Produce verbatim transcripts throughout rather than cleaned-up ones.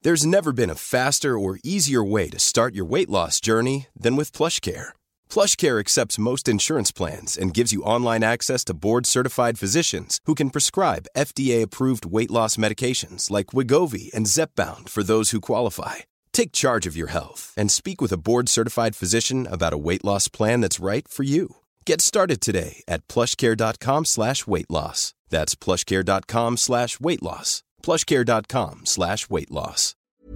There's never been a faster or easier way to start your weight loss journey than with PlushCare. PlushCare accepts most insurance plans and gives you online access to board-certified physicians who can prescribe F D A-approved weight loss medications like Wegovy and Zepbound for those who qualify. Take charge of your health and speak with a board-certified physician about a weight loss plan that's right for you. Get started today at plushcare.com slash weight loss. That's plushcare.com slash weight loss. plushcare.com slash weight loss.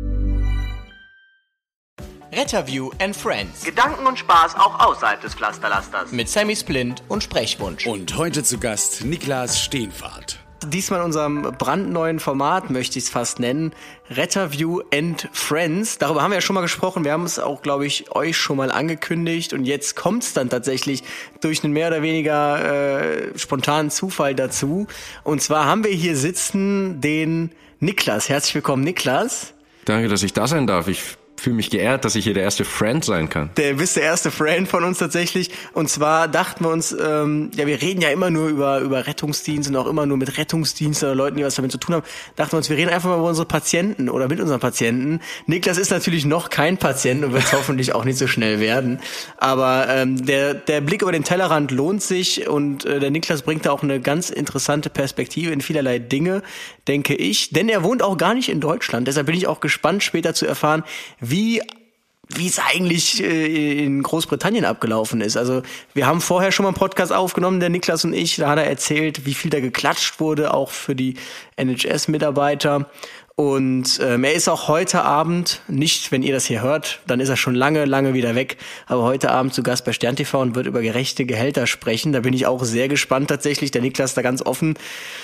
Retterview and Friends. Gedanken und Spaß auch außerhalb des Pflasterlasters. Mit Sammy Splint und Sprechwunsch. Und heute zu Gast Niklas Steenfahrt. Diesmal in unserem brandneuen Format, möchte ich es fast nennen, Retterview and Friends. Darüber haben wir ja schon mal gesprochen. Wir haben es auch, glaube ich, euch schon mal angekündigt. Und jetzt kommt es dann tatsächlich durch einen mehr oder weniger äh, spontanen Zufall dazu. Und zwar haben wir hier sitzen den Niklas. Herzlich willkommen, Niklas. Danke, dass ich da sein darf. Ich fühle mich geehrt, dass ich hier der erste Friend sein kann. Der bist der erste Friend von uns tatsächlich. Und zwar dachten wir uns, ähm, ja, wir reden ja immer nur über über Rettungsdienst und auch immer nur mit Rettungsdiensten oder Leuten, die was damit zu tun haben. Dachten wir uns, wir reden einfach mal über unsere Patienten oder mit unseren Patienten. Niklas ist natürlich noch kein Patient und wird es hoffentlich auch nicht so schnell werden. Aber ähm, der der Blick über den Tellerrand lohnt sich und äh, der Niklas bringt da auch eine ganz interessante Perspektive in vielerlei Dinge, denke ich. Denn er wohnt auch gar nicht in Deutschland. Deshalb bin ich auch gespannt, später zu erfahren, wie wie wie es eigentlich äh, in Großbritannien abgelaufen ist. Also wir haben vorher schon mal einen Podcast aufgenommen, der Niklas und ich, da hat er erzählt, wie viel da geklatscht wurde, auch für die N H S-Mitarbeiter. Und ähm, er ist auch heute Abend, nicht wenn ihr das hier hört, dann ist er schon lange, lange wieder weg, aber heute Abend zu Gast bei Stern T V und wird über gerechte Gehälter sprechen. Da bin ich auch sehr gespannt tatsächlich, der Niklas da ganz offen.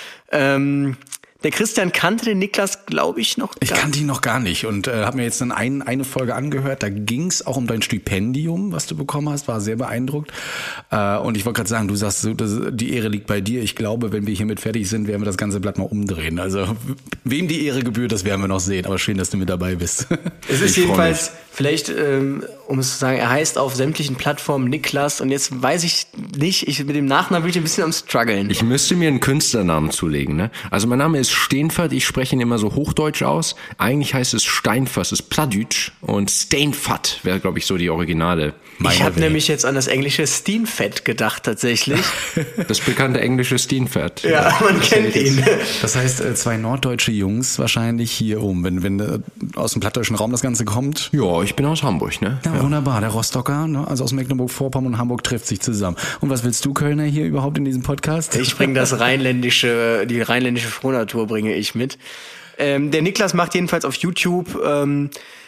Ähm, Der Christian kannte den Niklas, glaube ich, noch gar nicht. Ich kannte ihn noch gar nicht und äh, habe mir jetzt dann ein, eine Folge angehört. Da ging es auch um dein Stipendium, was du bekommen hast. War sehr beeindruckt. Äh, und ich wollte gerade sagen, du sagst, so, das, die Ehre liegt bei dir. Ich glaube, wenn wir hiermit fertig sind, werden wir das ganze Blatt mal umdrehen. Also wem die Ehre gebührt, das werden wir noch sehen. Aber schön, dass du mit dabei bist. Es ist jedenfalls, vielleicht, ähm, um es zu sagen, er heißt auf sämtlichen Plattformen Niklas. Und jetzt weiß ich nicht, ich mit dem Nachnamen bin ich ein bisschen am struggeln. Ich müsste mir einen Künstlernamen zulegen, ne? Also mein Name ist Steenfert, ich spreche ihn immer so hochdeutsch aus. Eigentlich heißt es Steinfert, es ist Plattdeutsch. Und Steenfert wäre, glaube ich, so die Originale. Ich habe nämlich jetzt an das englische Steenfett gedacht, tatsächlich. Das bekannte englische Steenfert. Ja, ja, man kennt ihn. Das heißt, zwei norddeutsche Jungs wahrscheinlich hier oben, wenn, wenn aus dem plattdeutschen Raum das Ganze kommt. Ja, ich bin aus Hamburg, ne? Ja, ja. Wunderbar, der Rostocker, ne? Also aus Mecklenburg-Vorpommern und Hamburg trifft sich zusammen. Und was willst du, Kölner, hier überhaupt in diesem Podcast? Ich bringe das rheinländische, die rheinländische Frohnatur bringe ich mit. Ähm, der Niklas macht jedenfalls auf YouTube ähm,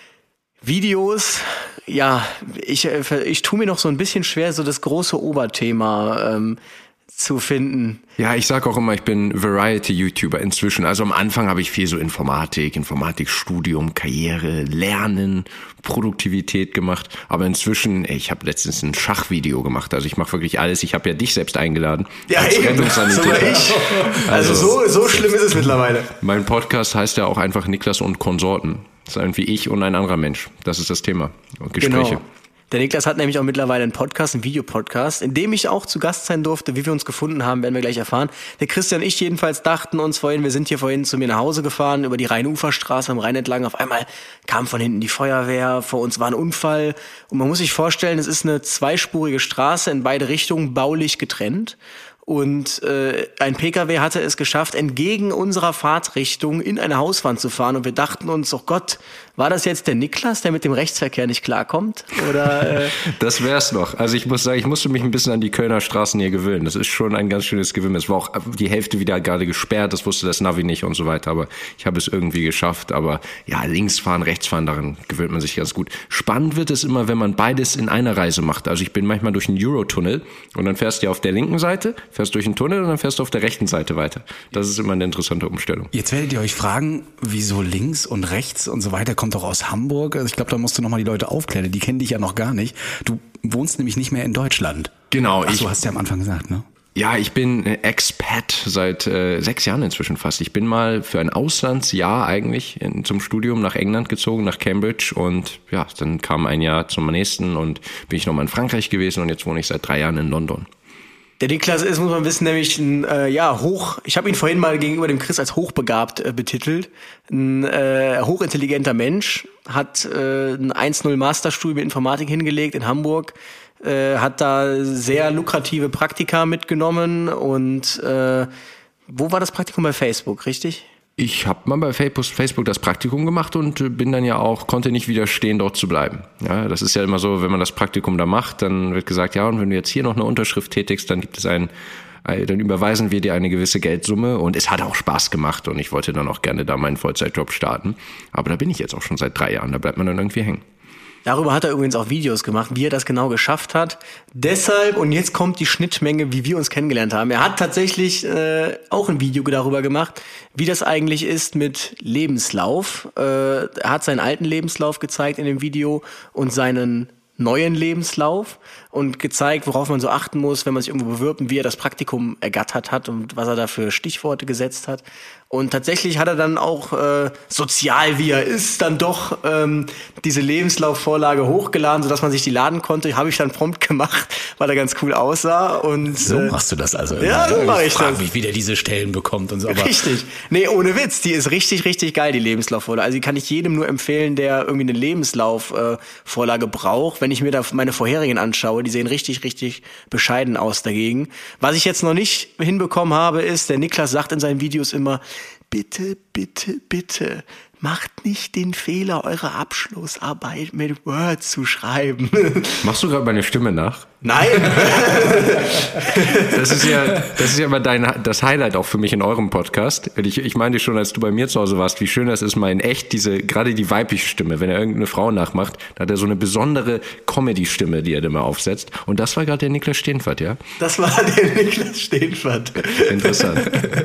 Videos. Ja, ich, ich tue mir noch so ein bisschen schwer, so das große Oberthema ähm, zu finden. Ja, ich sag auch immer, ich bin Variety-YouTuber inzwischen. Also am Anfang habe ich viel so Informatik, Informatikstudium, Karriere, Lernen, Produktivität gemacht. Aber inzwischen, ey, ich habe letztens ein Schachvideo gemacht. Also ich mache wirklich alles. Ich habe ja dich selbst eingeladen. Ja, als eben. Sogar ich. Also, also so, so schlimm ist es mittlerweile. Mein Podcast heißt ja auch einfach Niklas und Konsorten. Das ist irgendwie ich und ein anderer Mensch. Das ist das Thema. Gespräche. Genau. Der Niklas hat nämlich auch mittlerweile einen Podcast, einen Videopodcast, in dem ich auch zu Gast sein durfte. Wie wir uns gefunden haben, werden wir gleich erfahren. Der Christian und ich jedenfalls dachten uns vorhin, wir sind hier vorhin zu mir nach Hause gefahren, über die Rheinuferstraße am Rhein entlang. Auf einmal kam von hinten die Feuerwehr, vor uns war ein Unfall. Und man muss sich vorstellen, es ist eine zweispurige Straße, in beide Richtungen baulich getrennt. Und äh, ein Pkw hatte es geschafft, entgegen unserer Fahrtrichtung in eine Hauswand zu fahren. Und wir dachten uns, oh Gott, war das jetzt der Niklas, der mit dem Rechtsverkehr nicht klarkommt? Oder? Äh Das wär's noch. Also ich muss sagen, ich musste mich ein bisschen an die Kölner Straßen hier gewöhnen. Das ist schon ein ganz schönes Gewöhnen. Es war auch die Hälfte wieder gerade gesperrt, das wusste das Navi nicht und so weiter. Aber ich habe es irgendwie geschafft. Aber ja, links fahren, rechts fahren, daran gewöhnt man sich ganz gut. Spannend wird es immer, wenn man beides in einer Reise macht. Also ich bin manchmal durch einen Eurotunnel und dann fährst du ja auf der linken Seite, fährst durch den Tunnel und dann fährst du auf der rechten Seite weiter. Das ist immer eine interessante Umstellung. Jetzt werdet ihr euch fragen, wieso links und rechts und so weiter, kommt doch aus Hamburg. Also ich glaube, da musst du nochmal die Leute aufklären. Die kennen dich ja noch gar nicht. Du wohnst nämlich nicht mehr in Deutschland. Genau. Ach, ich, du hast ja am Anfang gesagt, ne? Ja, ich bin Expat seit äh, sechs Jahren inzwischen fast. Ich bin mal für ein Auslandsjahr eigentlich in, zum Studium nach England gezogen, nach Cambridge. Und ja, dann kam ein Jahr zum nächsten und bin ich nochmal in Frankreich gewesen und jetzt wohne ich seit drei Jahren in London. Der Niklas ist, muss man wissen, nämlich ein, äh, ja, hoch, ich habe ihn vorhin mal gegenüber dem Chris als hochbegabt äh, betitelt. Ein äh, hochintelligenter Mensch, hat äh, ein eins null Masterstudium in Informatik hingelegt in Hamburg, äh, hat da sehr lukrative Praktika mitgenommen und äh, wo war das Praktikum? Bei Facebook, richtig? Ich habe mal bei Facebook das Praktikum gemacht und bin dann ja auch, konnte nicht widerstehen, dort zu bleiben. Ja, das ist ja immer so, wenn man das Praktikum da macht, dann wird gesagt, ja, und wenn du jetzt hier noch eine Unterschrift tätigst, dann gibt es ein, dann überweisen wir dir eine gewisse Geldsumme und es hat auch Spaß gemacht und ich wollte dann auch gerne da meinen Vollzeitjob starten. Aber da bin ich jetzt auch schon seit drei Jahren, da bleibt man dann irgendwie hängen. Darüber hat er übrigens auch Videos gemacht, wie er das genau geschafft hat. Deshalb, und jetzt kommt die Schnittmenge, wie wir uns kennengelernt haben. Er hat tatsächlich äh, auch ein Video darüber gemacht, wie das eigentlich ist mit Lebenslauf. Äh, er hat seinen alten Lebenslauf gezeigt in dem Video und seinen neuen Lebenslauf und gezeigt, worauf man so achten muss, wenn man sich irgendwo bewirbt und wie er das Praktikum ergattert hat und was er da für Stichworte gesetzt hat. Und tatsächlich hat er dann auch, äh, sozial wie er ist, dann doch ähm, diese Lebenslaufvorlage hochgeladen, sodass man sich die laden konnte. Habe ich dann prompt gemacht, weil er ganz cool aussah. Und so äh, machst du das also immer. Ja, so mache ich, ich frage das. mich, wie der diese Stellen bekommt und so. Aber richtig. Nee, ohne Witz. Die ist richtig, richtig geil, die Lebenslaufvorlage. Also die kann ich jedem nur empfehlen, der irgendwie eine Lebenslaufvorlage äh, braucht. Wenn ich mir da meine vorherigen anschaue, die sehen richtig, richtig bescheiden aus dagegen. Was ich jetzt noch nicht hinbekommen habe, ist, der Niklas sagt in seinen Videos immer, bitte, bitte, bitte, macht nicht den Fehler, eure Abschlussarbeit mit Word zu schreiben. Machst du gerade meine Stimme nach? Nein. Das ist ja, das ist ja immer dein, das Highlight auch für mich in eurem Podcast. Ich, ich meinte schon, als du bei mir zu Hause warst, wie schön das ist, mal in echt diese, gerade die weibliche Stimme, wenn er irgendeine Frau nachmacht, da hat er so eine besondere Comedy-Stimme, die er immer aufsetzt. Und das war gerade der Niklas Steenfert, ja? Das war der Niklas Steenfert. Interessant.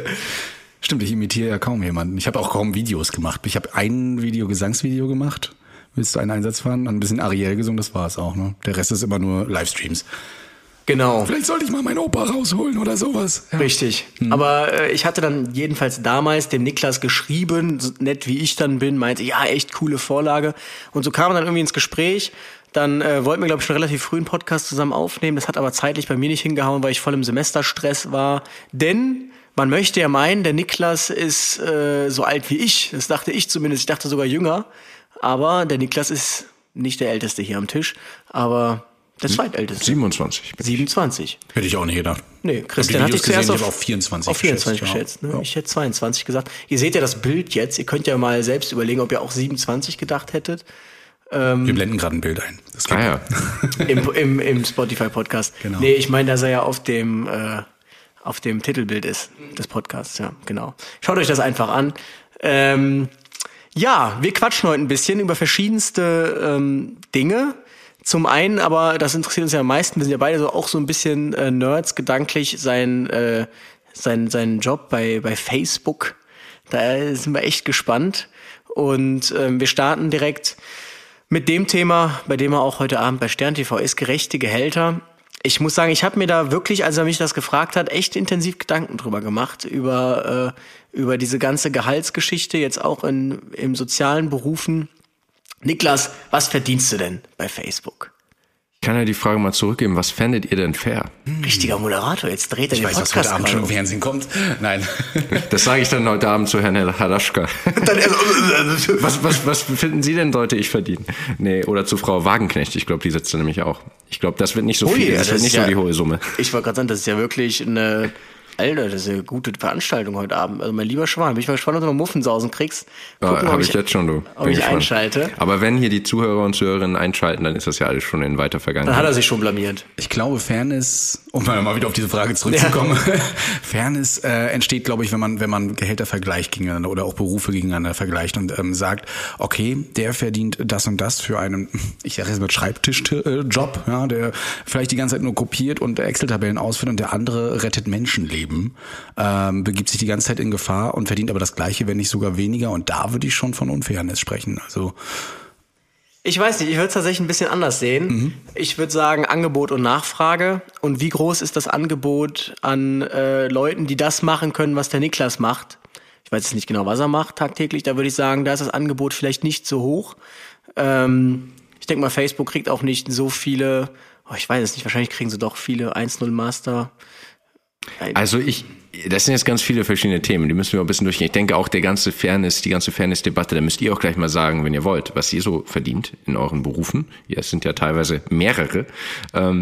Stimmt, ich imitiere ja kaum jemanden. Ich habe auch kaum Videos gemacht. Ich habe ein Video, Gesangsvideo gemacht. Willst du einen Einsatz fahren? Ein bisschen Ariel gesungen, das war es auch. Ne? Der Rest ist immer nur Livestreams. Genau. Vielleicht sollte ich mal meinen Opa rausholen oder sowas. Ja. Richtig. Hm. Aber äh, ich hatte dann jedenfalls damals dem Niklas geschrieben, so nett wie ich dann bin, meinte, ja, echt coole Vorlage. Und so kam er dann irgendwie ins Gespräch. Dann äh, wollten wir, glaube ich, schon relativ früh einen Podcast zusammen aufnehmen. Das hat aber zeitlich bei mir nicht hingehauen, weil ich voll im Semesterstress war. Denn man möchte ja meinen, der Niklas ist äh, so alt wie ich. Das dachte ich zumindest. Ich dachte sogar jünger. Aber der Niklas ist nicht der Älteste hier am Tisch, aber der Zweitälteste. siebenundzwanzig. siebenundzwanzig. Hätte ich auch nicht gedacht. Nee, Christian hatte ich zuerst auf, auf vierundzwanzig auf vierundzwanzig geschätzt. Ne? Ja. Ich hätte zweiundzwanzig gesagt. Ihr seht ja das Bild jetzt. Ihr könnt ja mal selbst überlegen, ob ihr auch siebenundzwanzig gedacht hättet. Ähm, Wir blenden gerade ein Bild ein. Das geht ah, ja. Im, im, im Spotify-Podcast. Genau. Nee, ich meine, dass er ja auf dem... Äh, auf dem Titelbild ist des Podcasts, ja, genau. Schaut euch das einfach an. Ähm, ja, wir quatschen heute ein bisschen über verschiedenste ähm, Dinge. Zum einen, aber das interessiert uns ja am meisten, wir sind ja beide so auch so ein bisschen äh, Nerds, gedanklich, sein, äh, sein, sein Job bei, bei Facebook. Da sind wir echt gespannt. Und ähm, wir starten direkt mit dem Thema, bei dem er auch heute Abend bei Stern T V ist, gerechte Gehälter. Ich muss sagen, ich habe mir da wirklich, als er mich das gefragt hat, echt intensiv Gedanken drüber gemacht, über äh, über diese ganze Gehaltsgeschichte, jetzt auch in im sozialen Berufen. Niklas, was verdienst du denn bei Facebook? Ich kann ja die Frage mal zurückgeben, was fändet ihr denn fair? Richtiger Moderator, jetzt dreht er ich den weiß, Podcast was heute Abend schon im auf. Fernsehen kommt. Nein. Das sage ich dann heute Abend zu Herrn Halaschka. was, was, was finden Sie denn, sollte ich verdienen? Nee, oder zu Frau Wagenknecht, ich glaube, die sitzt da nämlich auch. Ich glaube, das wird nicht so Ui, viel, ja, das, das wird nicht ja, so die hohe Summe. Ich wollte gerade sagen, das ist ja wirklich eine... Alter, das ist eine gute Veranstaltung heute Abend. Also mein lieber Schwan, bin ich mal gespannt, ob du noch Muffensausen kriegst. Gucken, ja, habe ich jetzt schon, du. Ob ich gespannt. einschalte. Aber wenn hier die Zuhörer und Zuhörerinnen einschalten, dann ist das ja alles schon in weiter Vergangenheit. Dann hat er sich schon blamiert. Ich glaube, Fairness, um mal wieder auf diese Frage zurückzukommen, ja. Fairness äh, entsteht, glaube ich, wenn man wenn man Gehälter vergleicht gegeneinander oder auch Berufe gegeneinander vergleicht und ähm, sagt, okay, der verdient das und das für einen, ich sage jetzt mal Schreibtischjob, ja, der vielleicht die ganze Zeit nur kopiert und Excel-Tabellen ausführt und der andere rettet Menschenleben. Ähm, begibt sich die ganze Zeit in Gefahr und verdient aber das Gleiche, wenn nicht sogar weniger. Und da würde ich schon von Unfairness sprechen. Also ich weiß nicht, ich würde es tatsächlich ein bisschen anders sehen. Mhm. Ich würde sagen Angebot und Nachfrage. Und wie groß ist das Angebot an äh, Leuten, die das machen können, was der Niklas macht? Ich weiß jetzt nicht genau, was er macht tagtäglich. Da würde ich sagen, da ist das Angebot vielleicht nicht so hoch. Ähm, ich denke mal, Facebook kriegt auch nicht so viele oh, ich weiß es nicht, wahrscheinlich kriegen sie doch viele eins null Master. Also ich, das sind jetzt ganz viele verschiedene Themen, die müssen wir ein bisschen durchgehen. Ich denke auch der ganze Fairness, die ganze Fairness-Debatte, da müsst ihr auch gleich mal sagen, wenn ihr wollt, was ihr so verdient in euren Berufen. Ja, es sind ja teilweise mehrere. Ähm,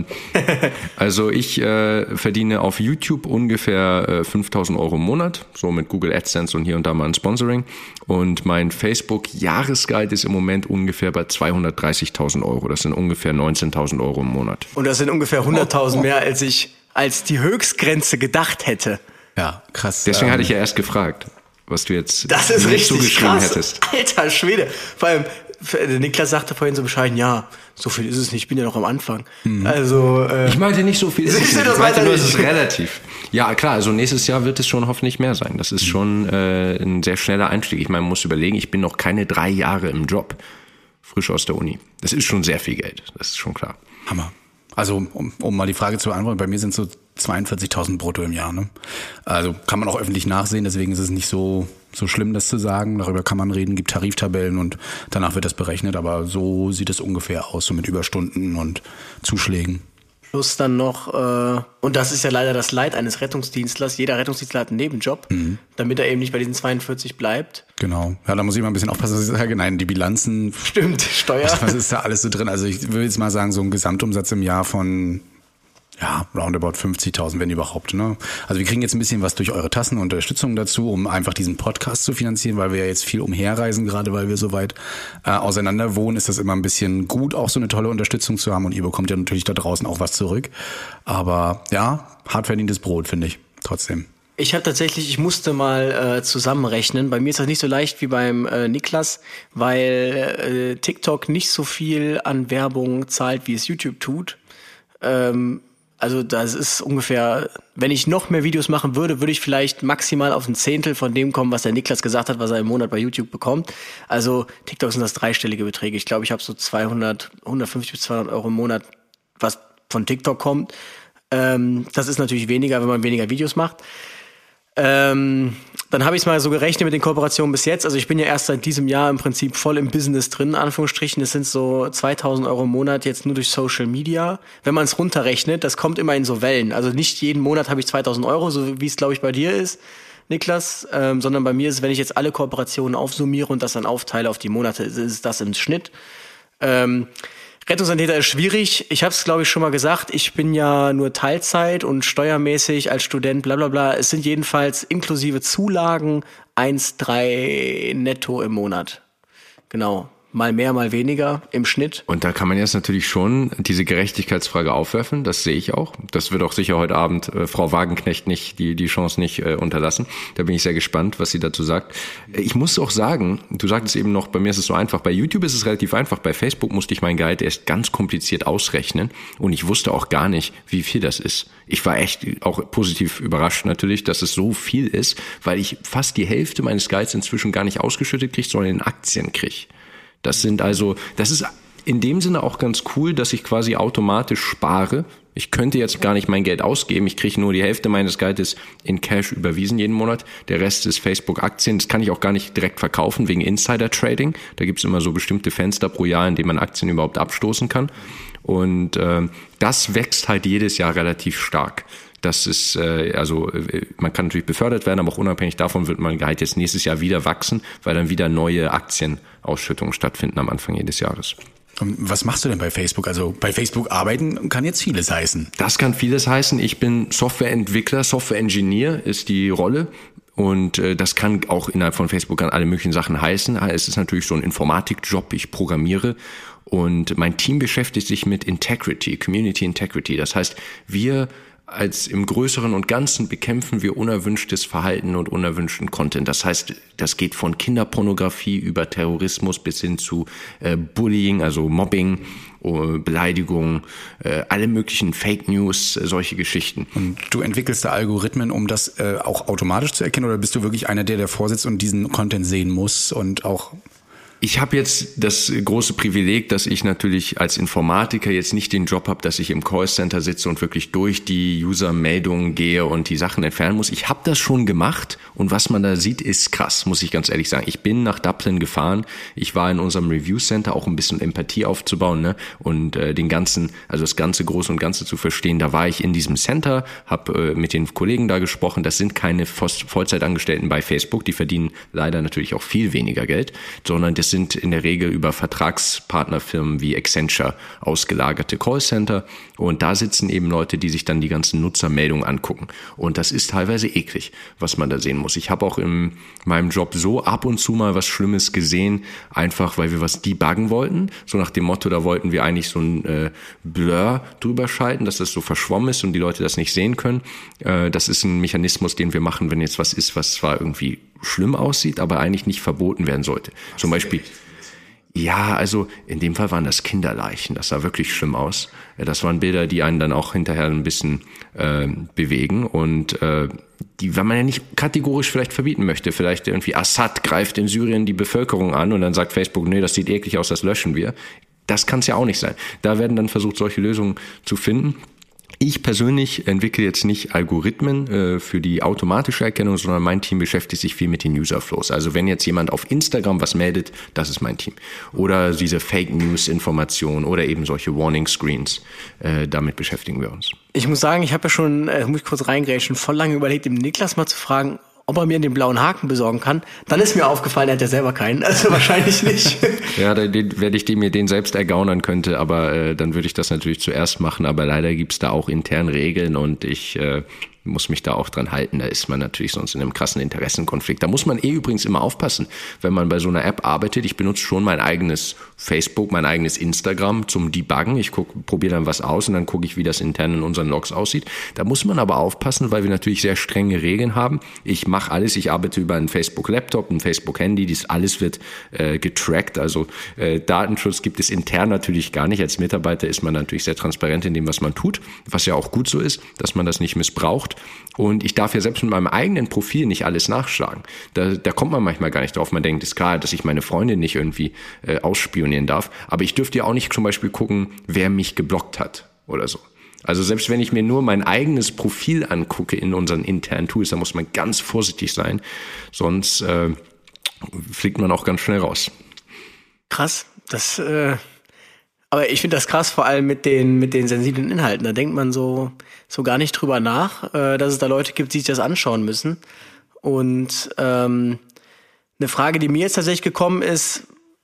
also ich äh, verdiene auf YouTube ungefähr äh, fünftausend Euro im Monat, so mit Google AdSense und hier und da mal ein Sponsoring. Und mein Facebook-Jahresgehalt ist im Moment ungefähr bei zweihundertdreißigtausend Euro. Das sind ungefähr neunzehntausend Euro im Monat. Und das sind ungefähr hunderttausend mehr, als ich als die Höchstgrenze gedacht hätte. Ja, krass. Deswegen ähm, hatte ich ja erst gefragt, was du jetzt das ist nicht richtig so geschrieben krass. hättest. Alter Schwede. Vor allem, der Niklas sagte vorhin so bescheiden, ja, so viel ist es nicht, ich bin ja noch am Anfang. Mhm. Also, äh, ich meinte nicht so viel. Ist es nicht. Ich meinte nur, es ist nicht. relativ. Ja, klar, also nächstes Jahr wird es schon hoffentlich mehr sein. Das ist mhm. schon äh, ein sehr schneller Einstieg. Ich meine, man muss überlegen, ich bin noch keine drei Jahre im Job, frisch aus der Uni. Das ist schon sehr viel Geld, das ist schon klar. Hammer. Also, um, um mal die Frage zu beantworten, bei mir sind es so zweiundvierzigtausend brutto im Jahr. Ne? Also kann man auch öffentlich nachsehen, deswegen ist es nicht so so schlimm, das zu sagen. Darüber kann man reden, gibt Tariftabellen und danach wird das berechnet. Aber so sieht es ungefähr aus, so mit Überstunden und Zuschlägen. Plus dann noch, äh, und das ist ja leider das Leid eines Rettungsdienstlers, jeder Rettungsdienstler hat einen Nebenjob, mhm. damit er eben nicht bei diesen zweiundvierzig bleibt. Genau. Ja, da muss ich mal ein bisschen aufpassen, dass ich sage, nein, die Bilanzen. Stimmt, Steuer. Was, was ist da alles so drin? Also ich will jetzt mal sagen, so ein Gesamtumsatz im Jahr von, ja, roundabout fünfzigtausend, wenn überhaupt. Ne? Also wir kriegen jetzt ein bisschen was durch eure Tassen und Unterstützung dazu, um einfach diesen Podcast zu finanzieren, weil wir ja jetzt viel umherreisen, gerade weil wir so weit äh, auseinander wohnen, ist das immer ein bisschen gut, auch so eine tolle Unterstützung zu haben und ihr bekommt ja natürlich da draußen auch was zurück. Aber ja, hart verdientes Brot, finde ich, trotzdem. Ich habe tatsächlich, ich musste mal äh, zusammenrechnen. Bei mir ist das nicht so leicht wie beim äh, Niklas, weil äh, TikTok nicht so viel an Werbung zahlt, wie es YouTube tut. Ähm, also das ist ungefähr, wenn ich noch mehr Videos machen würde, würde ich vielleicht maximal auf ein Zehntel von dem kommen, was der Niklas gesagt hat, was er im Monat bei YouTube bekommt. Also TikTok sind das dreistellige Beträge. Ich glaube, ich habe so zweihundert, hundertfünfzig bis zweihundert Euro im Monat, was von TikTok kommt. Ähm, das ist natürlich weniger, wenn man weniger Videos macht. Ähm, dann habe ich es mal so gerechnet mit den Kooperationen bis jetzt. Also ich bin ja erst seit diesem Jahr im Prinzip voll im Business drin, in Anführungsstrichen. Das sind so zweitausend Euro im Monat jetzt nur durch Social Media. Wenn man es runterrechnet, das kommt immer in so Wellen. Also nicht jeden Monat habe ich zweitausend Euro, so wie es glaube ich bei dir ist, Niklas. Ähm, sondern bei mir ist, wenn ich jetzt alle Kooperationen aufsummiere und das dann aufteile auf die Monate, ist, ist das im Schnitt. Ähm, Rettungssanitäter ist schwierig. Ich habe es, glaube ich, schon mal gesagt. Ich bin ja nur Teilzeit und steuermäßig als Student, bla bla bla. Es sind jedenfalls inklusive Zulagen eins Komma drei netto im Monat. Genau. Mal mehr, mal weniger im Schnitt. Und da kann man jetzt natürlich schon diese Gerechtigkeitsfrage aufwerfen. Das sehe ich auch. Das wird auch sicher heute Abend äh, Frau Wagenknecht nicht die die Chance nicht äh, unterlassen. Da bin ich sehr gespannt, was sie dazu sagt. Ich muss auch sagen, du sagtest eben noch, bei mir ist es so einfach. Bei YouTube ist es relativ einfach. Bei Facebook musste ich mein Gehalt erst ganz kompliziert ausrechnen. Und ich wusste auch gar nicht, wie viel das ist. Ich war echt auch positiv überrascht natürlich, dass es so viel ist, weil ich fast die Hälfte meines Gehalts inzwischen gar nicht ausgeschüttet kriege, sondern in Aktien kriege. Das sind also, das ist in dem Sinne auch ganz cool, dass ich quasi automatisch spare. Ich könnte jetzt gar nicht mein Geld ausgeben. Ich kriege nur die Hälfte meines Geldes in Cash überwiesen jeden Monat. Der Rest ist Facebook-Aktien. Das kann ich auch gar nicht direkt verkaufen wegen Insider-Trading. Da gibt es immer so bestimmte Fenster pro Jahr, in denen man Aktien überhaupt abstoßen kann. Und äh, das wächst halt jedes Jahr relativ stark. Das ist, äh, also man kann natürlich befördert werden, aber auch unabhängig davon wird mein Gehalt jetzt nächstes Jahr wieder wachsen, weil dann wieder neue Aktienausschüttungen stattfinden am Anfang jedes Jahres. Und was machst du denn bei Facebook? Also bei Facebook arbeiten kann jetzt vieles heißen. Das kann vieles heißen. Ich bin Softwareentwickler, Software-Engineer ist die Rolle. Und äh, das kann auch innerhalb von Facebook an alle möglichen Sachen heißen. Es ist natürlich so ein Informatikjob, ich programmiere. Und mein Team beschäftigt sich mit Integrity, Community Integrity. Das heißt, wir als im Größeren und Ganzen bekämpfen wir unerwünschtes Verhalten und unerwünschten Content. Das heißt, das geht von Kinderpornografie über Terrorismus bis hin zu äh, Bullying, also Mobbing, äh, Beleidigung, äh, alle möglichen Fake News, äh, solche Geschichten. Und du entwickelst da Algorithmen, um das äh, auch automatisch zu erkennen, oder bist du wirklich einer, der davor sitzt und diesen Content sehen muss und auch Ich habe jetzt das große Privileg, dass ich natürlich als Informatiker jetzt nicht den Job habe, dass ich im Callcenter sitze und wirklich durch die User-Meldungen gehe und die Sachen entfernen muss. Ich habe das schon gemacht und was man da sieht, ist krass, muss ich ganz ehrlich sagen. Ich bin nach Dublin gefahren, ich war in unserem Review-Center, auch ein bisschen Empathie aufzubauen, ne? Und äh, den ganzen, also das ganze Große und Ganze zu verstehen. Da war ich in diesem Center, habe äh, mit den Kollegen da gesprochen. Das sind keine Vollzeitangestellten bei Facebook, die verdienen leider natürlich auch viel weniger Geld, sondern das sind in der Regel über Vertragspartnerfirmen wie Accenture ausgelagerte Callcenter und da sitzen eben Leute, die sich dann die ganzen Nutzermeldungen angucken und das ist teilweise eklig, was man da sehen muss. Ich habe auch in meinem Job so ab und zu mal was Schlimmes gesehen, einfach weil wir was debuggen wollten, so nach dem Motto, da wollten wir eigentlich so ein äh, Blur drüber schalten, dass das so verschwommen ist und die Leute das nicht sehen können. Äh, das ist ein Mechanismus, den wir machen, wenn jetzt was ist, was zwar irgendwie schlimm aussieht, aber eigentlich nicht verboten werden sollte. Zum Beispiel, ja, also in dem Fall waren das Kinderleichen, das sah wirklich schlimm aus. Das waren Bilder, die einen dann auch hinterher ein bisschen äh, bewegen und äh, die, wenn man ja nicht kategorisch vielleicht verbieten möchte, vielleicht irgendwie Assad greift in Syrien die Bevölkerung an und dann sagt Facebook, nee, das sieht eklig aus, das löschen wir. Das kann es ja auch nicht sein. Da werden dann versucht, solche Lösungen zu finden. Ich persönlich entwickle jetzt nicht Algorithmen äh, für die automatische Erkennung, sondern mein Team beschäftigt sich viel mit den User-Flows. Also wenn jetzt jemand auf Instagram was meldet, das ist mein Team. Oder diese Fake-News-Informationen oder eben solche Warning-Screens, äh, damit beschäftigen wir uns. Ich muss sagen, ich habe ja schon, äh, muss ich kurz reingrätschen, voll lange überlegt, dem Niklas mal zu fragen, ob er mir den blauen Haken besorgen kann. Dann ist mir aufgefallen, er hat ja selber keinen, also wahrscheinlich nicht. Ja, den, wenn ich den, mir den selbst ergaunern könnte, aber äh, dann würde ich das natürlich zuerst machen, aber leider gibt's da auch intern Regeln und ich äh, muss mich da auch dran halten. Da ist man natürlich sonst in einem krassen Interessenkonflikt. Da muss man eh übrigens immer aufpassen, wenn man bei so einer App arbeitet. Ich benutze schon mein eigenes Facebook, mein eigenes Instagram zum Debuggen. Ich probiere dann was aus und dann gucke ich, wie das intern in unseren Logs aussieht. Da muss man aber aufpassen, weil wir natürlich sehr strenge Regeln haben. Ich mache alles, ich arbeite über einen Facebook-Laptop, ein Facebook-Handy, dies alles wird äh, getrackt. Also äh, Datenschutz gibt es intern natürlich gar nicht. Als Mitarbeiter ist man natürlich sehr transparent in dem, was man tut, was ja auch gut so ist, dass man das nicht missbraucht. Und ich darf ja selbst mit meinem eigenen Profil nicht alles nachschlagen. Da, da kommt man manchmal gar nicht drauf. Man denkt, ist klar, dass ich meine Freundin nicht irgendwie äh, ausspionieren darf. Aber ich dürfte ja auch nicht zum Beispiel gucken, wer mich geblockt hat oder so. Also selbst wenn ich mir nur mein eigenes Profil angucke in unseren internen Tools, da muss man ganz vorsichtig sein. Sonst äh, fliegt man auch ganz schnell raus. Krass, das... Äh Aber ich finde das krass, vor allem mit den mit den sensiblen Inhalten. Da denkt man so so gar nicht drüber nach, äh, dass es da Leute gibt, die sich das anschauen müssen. Und ähm, eine Frage, die mir jetzt tatsächlich gekommen ist,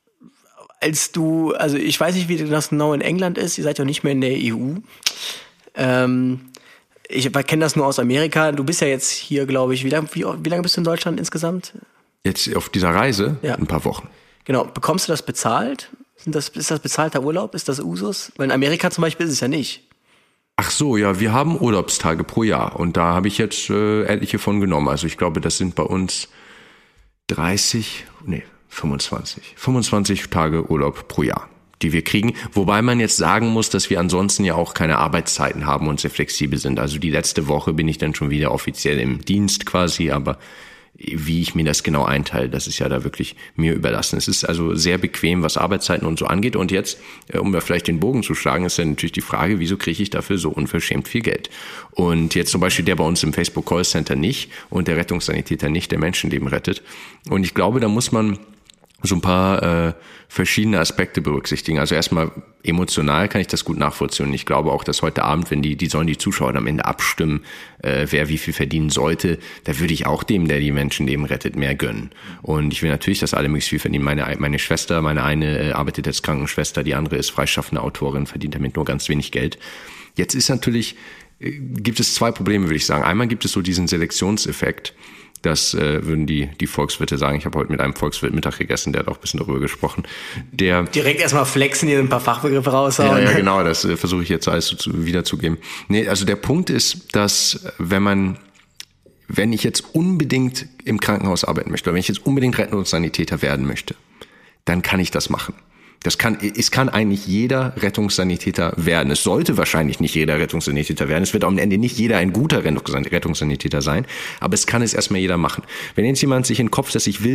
als du, also ich weiß nicht, wie das genau in England ist, ihr seid ja nicht mehr in der E U. Ähm, ich kenne das nur aus Amerika. Du bist ja jetzt hier, glaube ich, wie lange wie, wie lange bist du in Deutschland insgesamt? Jetzt auf dieser Reise? Ja. Ein paar Wochen. Genau. Bekommst du das bezahlt? Sind das, ist das bezahlter Urlaub? Ist das Usus? Weil in Amerika zum Beispiel ist es ja nicht. Ach so, ja, wir haben Urlaubstage pro Jahr und da habe ich jetzt äh, etliche von genommen. Also ich glaube, das sind bei uns dreißig, nee, fünfundzwanzig. fünfundzwanzig Tage Urlaub pro Jahr, die wir kriegen. Wobei man jetzt sagen muss, dass wir ansonsten ja auch keine Arbeitszeiten haben und sehr flexibel sind. Also die letzte Woche bin ich dann schon wieder offiziell im Dienst quasi, aber wie ich mir das genau einteile, das ist ja da wirklich mir überlassen. Es ist also sehr bequem, was Arbeitszeiten und so angeht. Und jetzt, um da vielleicht den Bogen zu schlagen, ist dann natürlich die Frage, wieso kriege ich dafür so unverschämt viel Geld? Und jetzt zum Beispiel der bei uns im Facebook Callcenter nicht und der Rettungssanitäter nicht, der Menschenleben rettet. Und ich glaube, da muss man so ein paar äh, verschiedene Aspekte berücksichtigen. Also erstmal emotional kann ich das gut nachvollziehen. Ich glaube auch, dass heute Abend, wenn die, die sollen die Zuschauer am Ende abstimmen, äh, wer wie viel verdienen sollte, da würde ich auch dem, der die Menschenleben rettet, mehr gönnen. Und ich will natürlich, dass alle möglichst viel verdienen. Meine, meine Schwester, meine eine äh, arbeitet als Krankenschwester, die andere ist freischaffende Autorin, verdient damit nur ganz wenig Geld. Jetzt ist natürlich, äh, gibt es zwei Probleme, würde ich sagen. Einmal gibt es so diesen Selektionseffekt. Das äh, würden die die Volkswirte sagen. Ich habe heute mit einem Volkswirt Mittag gegessen, der hat auch ein bisschen darüber gesprochen. Der direkt erstmal flexen, hier ein paar Fachbegriffe raushauen. Ja, ja, genau, das äh, versuche ich jetzt alles zu, wiederzugeben. Nee, also der Punkt ist, dass wenn man, wenn ich jetzt unbedingt im Krankenhaus arbeiten möchte, oder wenn ich jetzt unbedingt Rettungssanitäter werden möchte, dann kann ich das machen. Das kann, es kann eigentlich jeder Rettungssanitäter werden. Es sollte wahrscheinlich nicht jeder Rettungssanitäter werden. Es wird am Ende nicht jeder ein guter Rettungssanitäter sein. Aber es kann es erstmal jeder machen. Wenn jetzt jemand sich in den Kopf setzt, ich will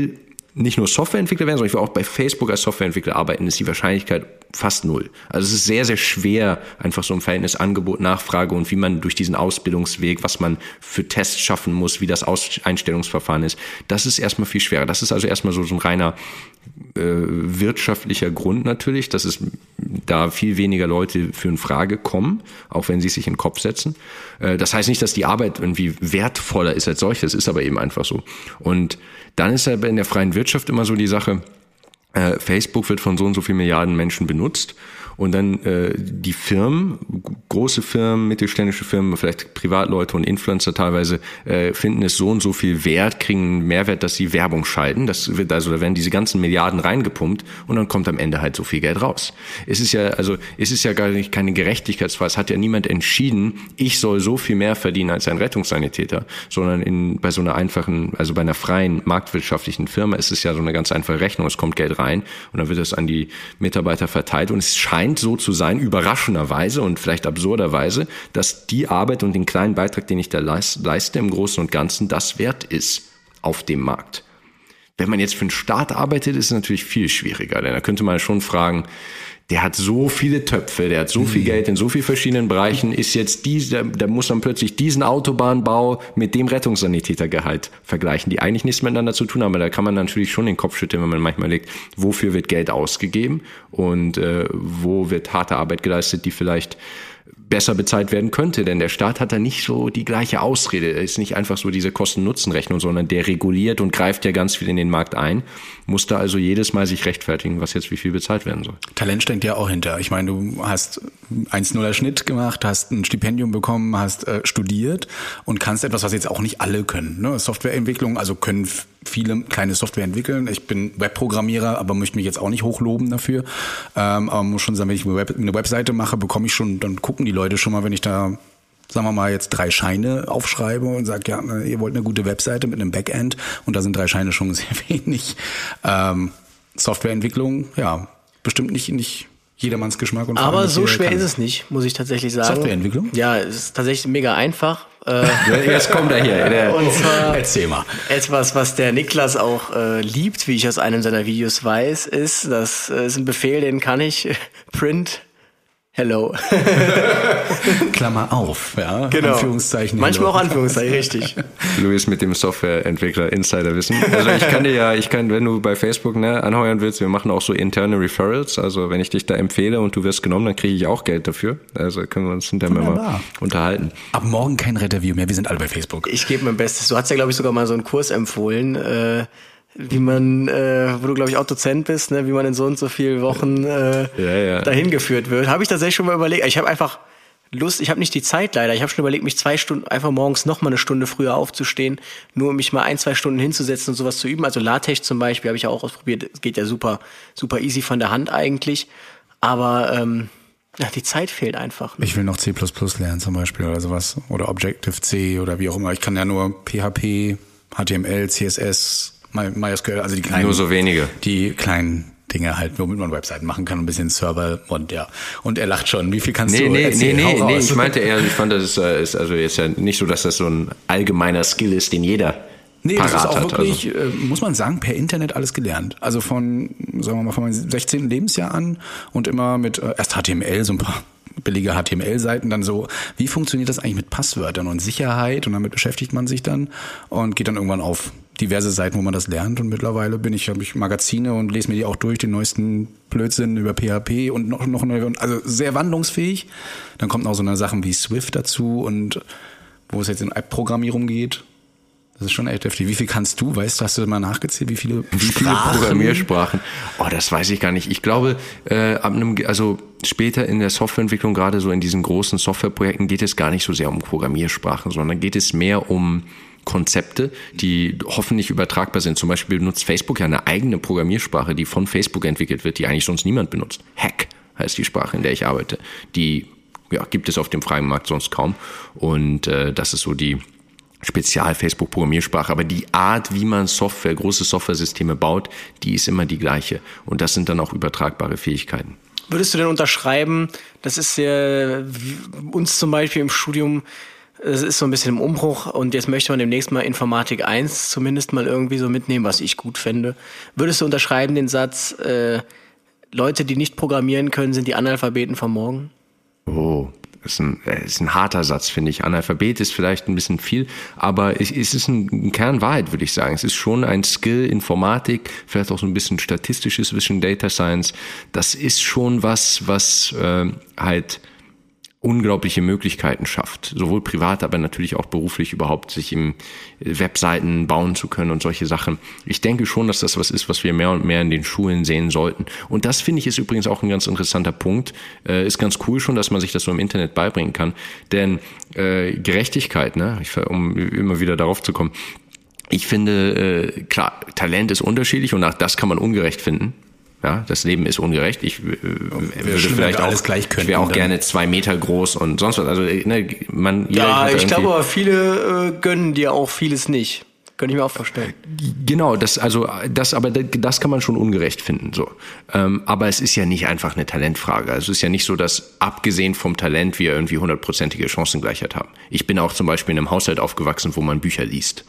nicht nur Softwareentwickler werden, sondern ich will auch bei Facebook als Softwareentwickler arbeiten, ist die Wahrscheinlichkeit fast null. Also es ist sehr, sehr schwer, einfach so ein Verhältnis Angebot, Nachfrage und wie man durch diesen Ausbildungsweg, was man für Tests schaffen muss, wie das Aus- Einstellungsverfahren ist, das ist erstmal viel schwerer. Das ist also erstmal so, so ein reiner äh, wirtschaftlicher Grund natürlich, dass es da viel weniger Leute für in Frage kommen, auch wenn sie sich in den Kopf setzen. Äh, das heißt nicht, dass die Arbeit irgendwie wertvoller ist als solches, ist aber eben einfach so. Und dann ist aber in der freien Wirtschaft immer so die Sache, äh, Facebook wird von so und so vielen Milliarden Menschen benutzt und dann äh, die Firmen, große Firmen, mittelständische Firmen, vielleicht Privatleute und Influencer teilweise, äh, finden es so und so viel wert, kriegen einen Mehrwert, dass sie Werbung schalten. Das wird also, da werden diese ganzen Milliarden reingepumpt und dann kommt am Ende halt so viel Geld raus. Es ist ja, also es ist ja gar nicht keine Gerechtigkeitsfrage. Es hat ja niemand entschieden, ich soll so viel mehr verdienen als ein Rettungssanitäter, sondern in bei so einer einfachen, also bei einer freien marktwirtschaftlichen Firma ist es ja so eine ganz einfache Rechnung. Es kommt Geld rein und dann wird es an die Mitarbeiter verteilt und es scheint so zu sein, überraschenderweise und vielleicht absurderweise, dass die Arbeit und den kleinen Beitrag, den ich da leiste, im Großen und Ganzen das wert ist auf dem Markt. Wenn man jetzt für den Staat arbeitet, ist es natürlich viel schwieriger, denn da könnte man schon fragen, der hat so viele Töpfe, der hat so viel Geld in so vielen verschiedenen Bereichen, ist jetzt diese, da muss man plötzlich diesen Autobahnbau mit dem Rettungssanitätergehalt vergleichen, die eigentlich nichts miteinander zu tun haben. Aber da kann man natürlich schon den Kopf schütteln, wenn man manchmal legt, wofür wird Geld ausgegeben und äh, wo wird harte Arbeit geleistet, die vielleicht besser bezahlt werden könnte, denn der Staat hat da nicht so die gleiche Ausrede. Er ist nicht einfach so diese Kosten-Nutzen-Rechnung, sondern der reguliert und greift ja ganz viel in den Markt ein, muss da also jedes Mal sich rechtfertigen, was jetzt wie viel bezahlt werden soll. Talent steckt ja auch hinter. Ich meine, du hast eins Komma nuller Schnitt gemacht, hast ein Stipendium bekommen, hast äh, studiert und kannst etwas, was jetzt auch nicht alle können. Ne? Softwareentwicklung, also können viele kleine Software entwickeln. Ich bin Webprogrammierer, aber möchte mich jetzt auch nicht hochloben dafür. Ähm, aber muss schon sagen, wenn ich eine, Web, eine Webseite mache, bekomme ich schon, dann gucken die Leute schon mal, wenn ich da, sagen wir mal, jetzt drei Scheine aufschreibe und sage, ja, ihr wollt eine gute Webseite mit einem Backend und da sind drei Scheine schon sehr wenig. Ähm, Softwareentwicklung, ja, bestimmt nicht, nicht jedermanns Geschmack. Und aber allem, so schwer kann. ist es nicht, muss ich tatsächlich sagen. Softwareentwicklung? Ja, es ist tatsächlich mega einfach. Jetzt kommt er hier. Der Und zwar Erzähl mal. Etwas, was der Niklas auch äh, liebt, wie ich aus einem seiner Videos weiß, ist, das äh, ist ein Befehl, den kann ich, print hello. Klammer auf, ja. Genau. Anführungszeichen. Manchmal hello. auch Anführungszeichen, richtig. Luis mit dem Softwareentwickler Insiderwissen. Also ich kann dir ja, ich kann, wenn du bei Facebook ne, anheuern willst, wir machen auch so interne Referrals. Also wenn ich dich da empfehle und du wirst genommen, dann kriege ich auch Geld dafür. Also können wir uns hinterher mal unterhalten. Ab morgen kein Retterview mehr, wir sind alle bei Facebook. Ich gebe mein Bestes. Du hast ja, glaube ich, sogar mal so einen Kurs empfohlen, äh, wie man, äh, wo du, glaube ich, auch Dozent bist, ne, wie man in so und so vielen Wochen äh, ja, ja. dahin geführt wird. Habe ich tatsächlich schon mal überlegt. Ich habe einfach Lust, ich habe nicht die Zeit leider. Ich habe schon überlegt, mich zwei Stunden, einfach morgens noch mal eine Stunde früher aufzustehen, nur um mich mal ein, zwei Stunden hinzusetzen und sowas zu üben. Also LaTeX zum Beispiel habe ich ja auch ausprobiert. Es geht ja super, super easy von der Hand eigentlich. Aber ähm, ja, die Zeit fehlt einfach. Ne? Ich will noch C plus plus lernen zum Beispiel oder sowas. Oder Objective-C oder wie auch immer. Ich kann ja nur P H P, H T M L, C S S, MySQL, also die kleinen. Nur so wenige. Die kleinen Dinge halt, womit man Webseiten machen kann, ein bisschen Server und ja. Und er lacht schon. Wie viel kannst nee, du nee, erzählen? Nee, nee, Hau nee, raus. ich meinte eher, ich fand, das ist, ist also jetzt ja nicht so, dass das so ein allgemeiner Skill ist, den jeder Nee, das ist auch hat, wirklich, also. äh, muss man sagen, per Internet alles gelernt. Also von, sagen wir mal, von meinem sechzehnten Lebensjahr an und immer mit äh, erst H T M L, so ein paar billige H T M L-Seiten, dann so, wie funktioniert das eigentlich mit Passwörtern und Sicherheit und damit beschäftigt man sich dann und geht dann irgendwann auf diverse Seiten, wo man das lernt und mittlerweile bin ich, habe ich Magazine und lese mir die auch durch, den neuesten Blödsinn über P H P und noch, noch neue, also sehr wandlungsfähig. Dann kommt noch so eine Sachen wie Swift dazu und wo es jetzt in App-Programmierung geht. Das ist schon echt heftig. Wie viel kannst du? Weißt du, hast du mal nachgezählt, wie viele, wie viele Programmiersprachen? Oh, das weiß ich gar nicht. Ich glaube, äh, ab einem, also später in der Softwareentwicklung, gerade so in diesen großen Softwareprojekten, geht es gar nicht so sehr um Programmiersprachen, sondern geht es mehr um Konzepte, die hoffentlich übertragbar sind. Zum Beispiel benutzt Facebook ja eine eigene Programmiersprache, die von Facebook entwickelt wird, die eigentlich sonst niemand benutzt. Hack heißt die Sprache, in der ich arbeite. Die ja, gibt es auf dem freien Markt sonst kaum. Und äh, das ist so die Spezial-Facebook-Programmiersprache, aber die Art, wie man Software, große Softwaresysteme baut, die ist immer die gleiche. Und das sind dann auch übertragbare Fähigkeiten. Würdest du denn unterschreiben, das ist ja uns zum Beispiel im Studium es ist so ein bisschen im Umbruch und jetzt möchte man demnächst mal Informatik eins zumindest mal irgendwie so mitnehmen, was ich gut fände. Würdest du unterschreiben den Satz, äh, Leute, die nicht programmieren können, sind die Analphabeten von morgen? Oh, das ist ein, das ist ein harter Satz, finde ich. Analphabet ist vielleicht ein bisschen viel, aber es, es ist ein, ein Kern Wahrheit, würde ich sagen. Es ist schon ein Skill, Informatik, vielleicht auch so ein bisschen statistisches Wissen, Data Science. Das ist schon was, was äh, halt unglaubliche Möglichkeiten schafft, sowohl privat, aber natürlich auch beruflich überhaupt, sich im Webseiten bauen zu können und solche Sachen. Ich denke schon, dass das was ist, was wir mehr und mehr in den Schulen sehen sollten. Und das, finde ich, ist übrigens auch ein ganz interessanter Punkt. Äh, ist ganz cool schon, dass man sich das so im Internet beibringen kann. Denn äh, Gerechtigkeit, ne, ich, um immer wieder darauf zu kommen, ich finde, äh, klar, Talent ist unterschiedlich und auch das kann man ungerecht finden. Ja, das Leben ist ungerecht. Ich äh, würde vielleicht auch, alles gleich können, ich wäre auch gerne zwei Meter groß und sonst was. Also ne, man. Ja, ich glaube aber viele äh, gönnen dir auch vieles nicht. Könnte ich mir auch vorstellen. Genau, das also das aber das kann man schon ungerecht finden. So, ähm, aber es ist ja nicht einfach eine Talentfrage. Also es ist ja nicht so, dass abgesehen vom Talent wir irgendwie hundertprozentige Chancengleichheit haben. Ich bin auch zum Beispiel in einem Haushalt aufgewachsen, wo man Bücher liest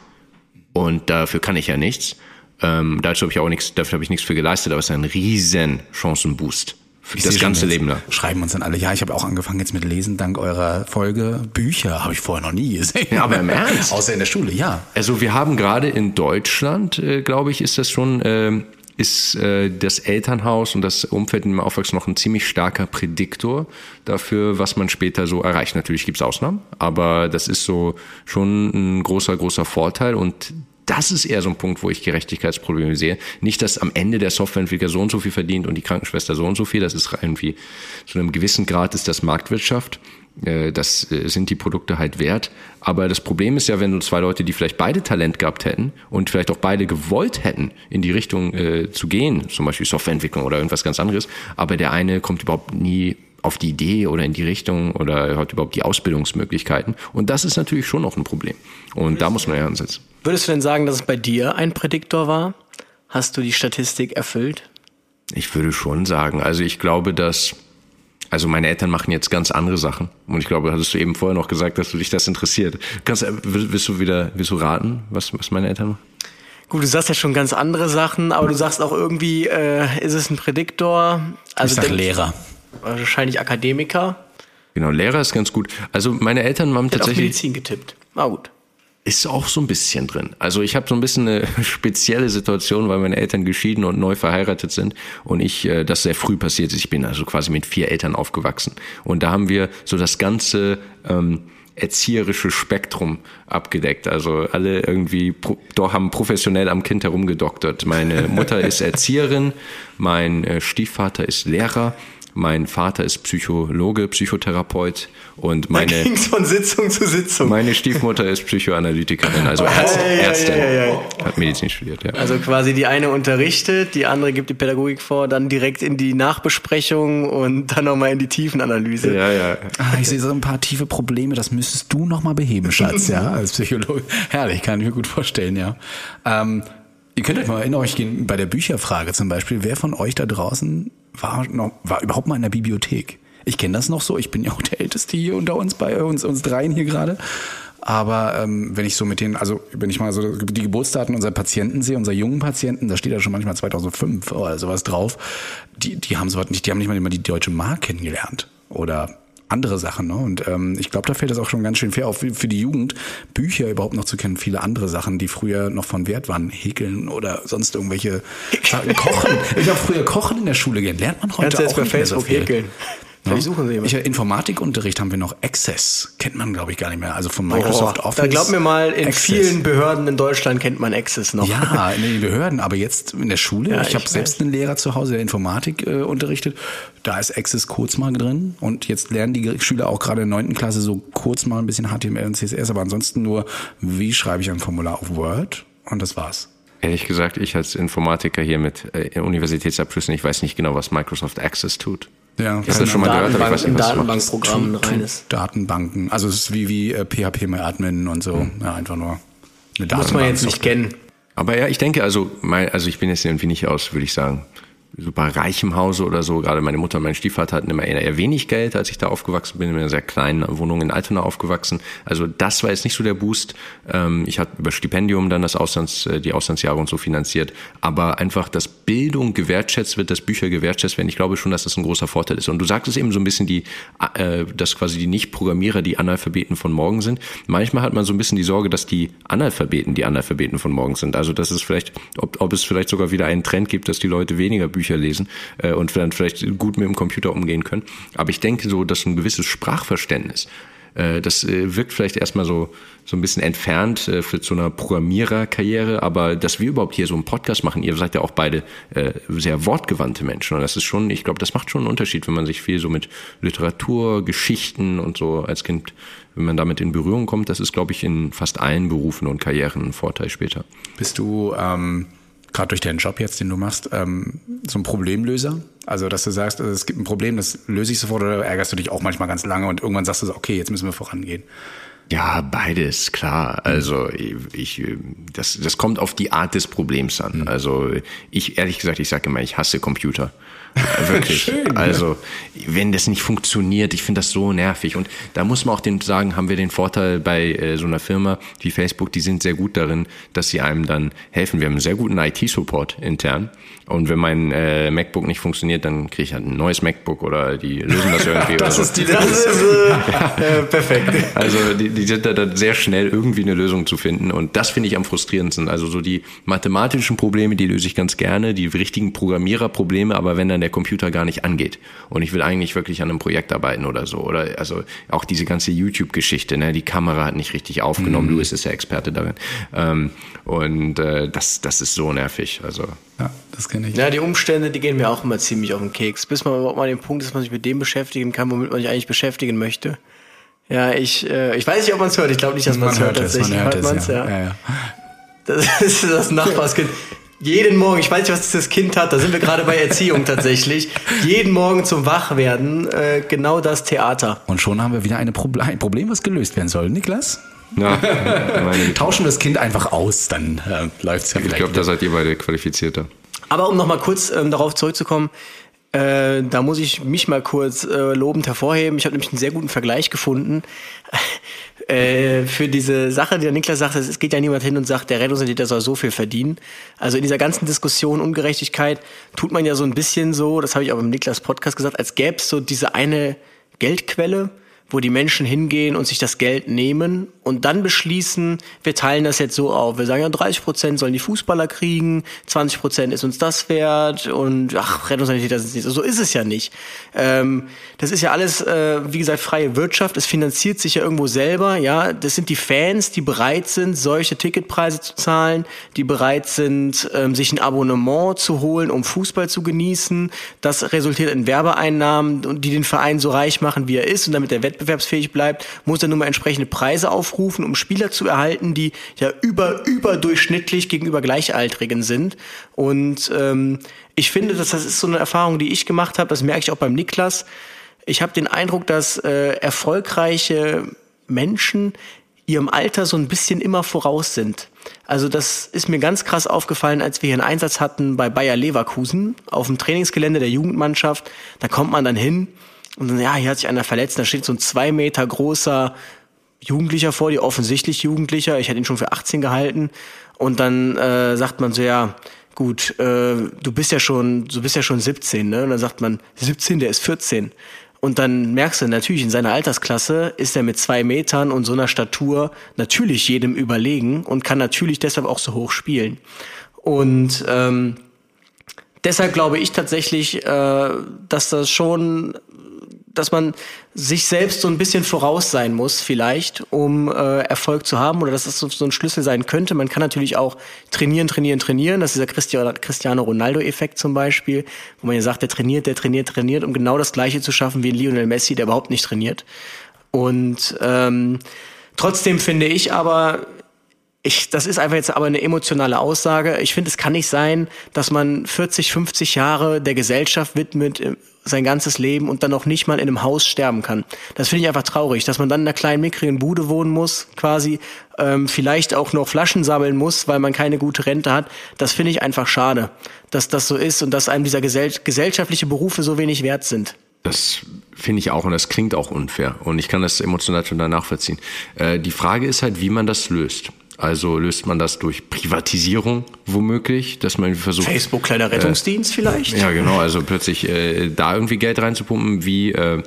und dafür kann ich ja nichts. Ähm, dazu habe ich auch nichts, dafür habe ich nichts für geleistet, aber es ist ein riesen Chancenboost für das ganze Leben lang. Schreiben uns dann alle, ja, ich habe auch angefangen jetzt mit Lesen, dank eurer Folge. Bücher habe ich vorher noch nie gesehen. Ja, aber im Ernst? Außer in der Schule, ja. Also wir haben gerade in Deutschland, äh, glaube ich, ist das schon, äh, ist äh, das Elternhaus und das Umfeld in dem Aufwachsen noch ein ziemlich starker Prädiktor dafür, was man später so erreicht. Natürlich gibt es Ausnahmen, aber das ist so schon ein großer, großer Vorteil und das ist eher so ein Punkt, wo ich Gerechtigkeitsprobleme sehe. Nicht, dass am Ende der Softwareentwickler so und so viel verdient und die Krankenschwester so und so viel. Das ist irgendwie, zu einem gewissen Grad ist das Marktwirtschaft. Das sind die Produkte halt wert. Aber das Problem ist ja, wenn du zwei Leute, die vielleicht beide Talent gehabt hätten und vielleicht auch beide gewollt hätten, in die Richtung äh, zu gehen, zum Beispiel Softwareentwicklung oder irgendwas ganz anderes, aber der eine kommt überhaupt nie auf die Idee oder in die Richtung oder hat überhaupt die Ausbildungsmöglichkeiten. Und das ist natürlich schon noch ein Problem. Und da muss man ja ansetzen. Würdest du denn sagen, dass es bei dir ein Prädiktor war? Hast du die Statistik erfüllt? Ich würde schon sagen. Also ich glaube, dass, also meine Eltern machen jetzt ganz andere Sachen. Und ich glaube, hattest du eben vorher noch gesagt, dass du dich das interessiert. Kannst, willst du wieder, willst du raten, was, was meine Eltern machen? Gut, du sagst ja schon ganz andere Sachen, aber du sagst auch irgendwie, äh, ist es ein Prädiktor? Also ich sag Lehrer. Wahrscheinlich Akademiker. Genau, Lehrer ist ganz gut. Also meine Eltern haben ich hätte tatsächlich... auf Medizin getippt. Ah, gut. Ist auch so ein bisschen drin. Also ich habe so ein bisschen eine spezielle Situation, weil meine Eltern geschieden und neu verheiratet sind und ich, äh, das sehr früh passiert ist. Ich bin also quasi mit vier Eltern aufgewachsen. Und da haben wir so das ganze ähm, erzieherische Spektrum abgedeckt. Also alle irgendwie pro, doch haben professionell am Kind herumgedoktert. Meine Mutter ist Erzieherin, mein äh, Stiefvater ist Lehrer. Mein Vater ist Psychologe, Psychotherapeut und meine da ging's von Sitzung zu Sitzung. Meine Stiefmutter ist Psychoanalytikerin, also Ärzt, ja, ja, Ärztin, ja, ja, ja. Hat Medizin studiert. Ja. Also quasi die eine unterrichtet, die andere gibt die Pädagogik vor, dann direkt in die Nachbesprechung und dann nochmal in die Tiefenanalyse. Ja, ja. Ah, ich sehe so ein paar tiefe Probleme, das müsstest du nochmal beheben, Schatz, ja, als Psychologe. Herrlich, kann ich mir gut vorstellen, ja. Ähm, ihr könnt euch mal in euch gehen, bei der Bücherfrage zum Beispiel, wer von euch da draußen war noch, war überhaupt mal in der Bibliothek? Ich kenne das noch so, ich bin ja auch der Älteste hier unter uns, bei uns, uns dreien hier gerade. Aber ähm, wenn ich so mit denen, also wenn ich mal so die Geburtsdaten unserer Patienten sehe, unserer jungen Patienten, da steht ja schon manchmal zweitausendfünf oder sowas drauf, die, die haben sowas nicht, die haben nicht mal immer die deutsche Mark kennengelernt oder andere Sachen, ne? Und ähm, ich glaube, da fällt es auch schon ganz schön fair auf für die Jugend, Bücher überhaupt noch zu kennen, viele andere Sachen, die früher noch von Wert waren, häkeln oder sonst irgendwelche Sachen, Kochen. Ich habe früher Kochen in der Schule gelernt, lernt man heute Kannst auch jetzt nicht bei mehr so Facebook viel. häkeln. Vielleicht suchen Sie Ich, Informatikunterricht haben wir noch Access. Kennt man, glaube ich, gar nicht mehr. Also von Microsoft oh, Office. Da glaub mir mal, in Access. vielen Behörden in Deutschland kennt man Access noch. Ja, in den Behörden, aber jetzt in der Schule. Ja, ich habe ich selbst einen Lehrer zu Hause, der Informatik äh, unterrichtet. Da ist Access kurz mal drin. Und jetzt lernen die Schüler auch gerade in der neunten Klasse so kurz mal ein bisschen H T M L und C S S. Aber ansonsten nur, wie schreibe ich ein Formular auf Word? Und das war's. Ehrlich gesagt, ich als Informatiker hier mit äh, Universitätsabschlüssen, ich weiß nicht genau, was Microsoft Access tut. Ja, ich habe das schon mal gehört, aber ich weiß nicht, was es macht. Datenbankprogramm reines. Datenbanken. Also es ist wie, wie äh, P H P-Admin und so. Mhm. Ja, einfach nur eine Datenbank. Muss man jetzt nicht kennen. Aber ja, ich denke, also, mein, also ich bin jetzt irgendwie nicht aus, würde ich sagen. super reichem Hause oder so. Gerade meine Mutter und mein Stiefvater hatten immer eher, eher wenig Geld, als ich da aufgewachsen bin, in einer sehr kleinen Wohnung in Altona aufgewachsen. Also das war jetzt nicht so der Boost. Ähm, ich hatte über Stipendium dann das Auslands, die Auslandsjahre und so finanziert. Aber einfach, dass Bildung gewertschätzt wird, dass Bücher gewertschätzt werden, ich glaube schon, dass das ein großer Vorteil ist. Und du sagtest eben so ein bisschen, die, äh, dass quasi die Nicht-Programmierer die Analphabeten von morgen sind. Manchmal hat man so ein bisschen die Sorge, dass die Analphabeten die Analphabeten von morgen sind. Also dass es vielleicht, ob, ob es vielleicht sogar wieder einen Trend gibt, dass die Leute weniger Bücher lesen äh, und dann vielleicht gut mit dem Computer umgehen können. Aber ich denke so, dass ein gewisses Sprachverständnis, äh, das äh, wirkt vielleicht erstmal so so ein bisschen entfernt äh, für so einer Programmiererkarriere, aber dass wir überhaupt hier so einen Podcast machen, ihr seid ja auch beide äh, sehr wortgewandte Menschen und das ist schon, ich glaube, das macht schon einen Unterschied, wenn man sich viel so mit Literatur, Geschichten und so als Kind, wenn man damit in Berührung kommt, das ist, glaube ich, in fast allen Berufen und Karrieren ein Vorteil später. Bist du ähm gerade durch deinen Job jetzt, den du machst, ähm, so ein Problemlöser? Also, dass du sagst, also es gibt ein Problem, das löse ich sofort, oder ärgerst du dich auch manchmal ganz lange und irgendwann sagst du so, okay, jetzt müssen wir vorangehen? Ja, beides, klar. Also ich, das, das kommt auf die Art des Problems an. Also ich, ehrlich gesagt, ich sage immer, ich hasse Computer. Wirklich. Schön, also wenn das nicht funktioniert, ich finde das so nervig. Und da muss man auch den sagen, haben wir den Vorteil bei äh, so einer Firma wie Facebook, die sind sehr gut darin, dass sie einem dann helfen. Wir haben einen sehr guten I T-Support intern. Und wenn mein äh, MacBook nicht funktioniert, dann kriege ich halt ein neues MacBook oder die lösen das irgendwie. das oder ist die, das ist äh, äh, perfekt. Also die, die sind da dann sehr schnell irgendwie eine Lösung zu finden. Und das finde ich am frustrierendsten. Also so die mathematischen Probleme, die löse ich ganz gerne, die richtigen Programmiererprobleme, aber wenn dann der Computer gar nicht angeht und ich will eigentlich wirklich an einem Projekt arbeiten oder so. Oder also auch diese ganze YouTube-Geschichte, ne? Die Kamera hat nicht richtig aufgenommen. Mhm. Louis ist ja Experte darin. Ähm, und äh, das, das ist so nervig. Also ja, das kenne ich. Ja, die Umstände, die gehen mir auch immer ziemlich auf den Keks. Bis man überhaupt mal den Punkt ist, dass man sich mit dem beschäftigen kann, womit man sich eigentlich beschäftigen möchte. Ja, ich, äh, ich weiß nicht, ob man es hört. Ich glaube nicht, dass man es hört. Tatsächlich man hört, hört man's, es, ja. ja. Ja, ja. Das ist das Nachbarskind. Jeden Morgen, ich weiß nicht, was das Kind hat, da sind wir gerade bei Erziehung tatsächlich. Jeden Morgen zum Wachwerden, äh, genau das Theater. Und schon haben wir wieder eine Proble- ein Problem, was gelöst werden soll. Niklas? Ja, tauschen wir das Kind einfach aus, dann äh, läuft es ja vielleicht. Ich glaube, da seid ihr beide qualifizierter. Aber um nochmal kurz ähm, darauf zurückzukommen, äh, da muss ich mich mal kurz äh, lobend hervorheben. Ich habe nämlich einen sehr guten Vergleich gefunden äh, für diese Sache, die der Niklas sagt, es geht ja niemand hin und sagt, der Rettungssanitäter soll so viel verdienen. Also in dieser ganzen Diskussion Ungerechtigkeit tut man ja so ein bisschen so, das habe ich auch im Niklas Podcast gesagt, als gäbe es so diese eine Geldquelle, wo die Menschen hingehen und sich das Geld nehmen und dann beschließen, wir teilen das jetzt so auf. Wir sagen ja, dreißig Prozent sollen die Fußballer kriegen, zwanzig Prozent ist uns das wert und ach, Rettungssanitäter sind es nicht. So ist es ja nicht. Ähm, das ist ja alles, äh, wie gesagt, freie Wirtschaft. Es finanziert sich ja irgendwo selber. Ja, das sind die Fans, die bereit sind, solche Ticketpreise zu zahlen, die bereit sind, ähm, sich ein Abonnement zu holen, um Fußball zu genießen. Das resultiert in Werbeeinnahmen, die den Verein so reich machen, wie er ist und damit der wettbewerbsfähig bleibt, muss er nun mal entsprechende Preise aufrufen, um Spieler zu erhalten, die ja über überdurchschnittlich gegenüber Gleichaltrigen sind. Und ähm, ich finde, dass das ist so eine Erfahrung, die ich gemacht habe, das merke ich auch beim Niklas. Ich habe den Eindruck, dass äh, erfolgreiche Menschen ihrem Alter so ein bisschen immer voraus sind. Also das ist mir ganz krass aufgefallen, als wir hier einen Einsatz hatten bei Bayer Leverkusen auf dem Trainingsgelände der Jugendmannschaft. Da kommt man dann hin und dann, ja, hier hat sich einer verletzt, da steht so ein zwei Meter großer Jugendlicher vor dir, offensichtlich Jugendlicher, ich hätte ihn schon für achtzehn gehalten und dann äh, sagt man so, ja, gut, äh, du bist ja schon, du bist ja schon siebzehn, ne? Und dann sagt man, siebzehn, der ist vierzehn. Und dann merkst du natürlich, in seiner Altersklasse ist er mit zwei Metern und so einer Statur natürlich jedem überlegen und kann natürlich deshalb auch so hoch spielen. Und ähm, deshalb glaube ich tatsächlich, äh, dass das schon, dass man sich selbst so ein bisschen voraus sein muss vielleicht, um äh, Erfolg zu haben oder dass das so, so ein Schlüssel sein könnte. Man kann natürlich auch trainieren, trainieren, trainieren. Das ist dieser Cristiano Ronaldo-Effekt zum Beispiel, wo man ja sagt, der trainiert, der trainiert, trainiert, um genau das Gleiche zu schaffen wie Lionel Messi, der überhaupt nicht trainiert. Und ähm, trotzdem finde ich aber, Ich, das ist einfach jetzt aber eine emotionale Aussage. Ich finde, es kann nicht sein, dass man vierzig, fünfzig Jahre der Gesellschaft widmet, sein ganzes Leben und dann noch nicht mal in einem Haus sterben kann. Das finde ich einfach traurig, dass man dann in einer kleinen, mickrigen Bude wohnen muss, quasi ähm, vielleicht auch noch Flaschen sammeln muss, weil man keine gute Rente hat. Das finde ich einfach schade, dass das so ist und dass einem dieser gesell- gesellschaftliche Berufe so wenig wert sind. Das finde ich auch und das klingt auch unfair und ich kann das emotional schon danach nachvollziehen. Äh, die Frage ist halt, wie man das löst. Also löst man das durch Privatisierung womöglich, dass man versucht... Facebook, kleiner Rettungsdienst äh, vielleicht? Ja, genau, also plötzlich äh, da irgendwie Geld reinzupumpen, wie äh,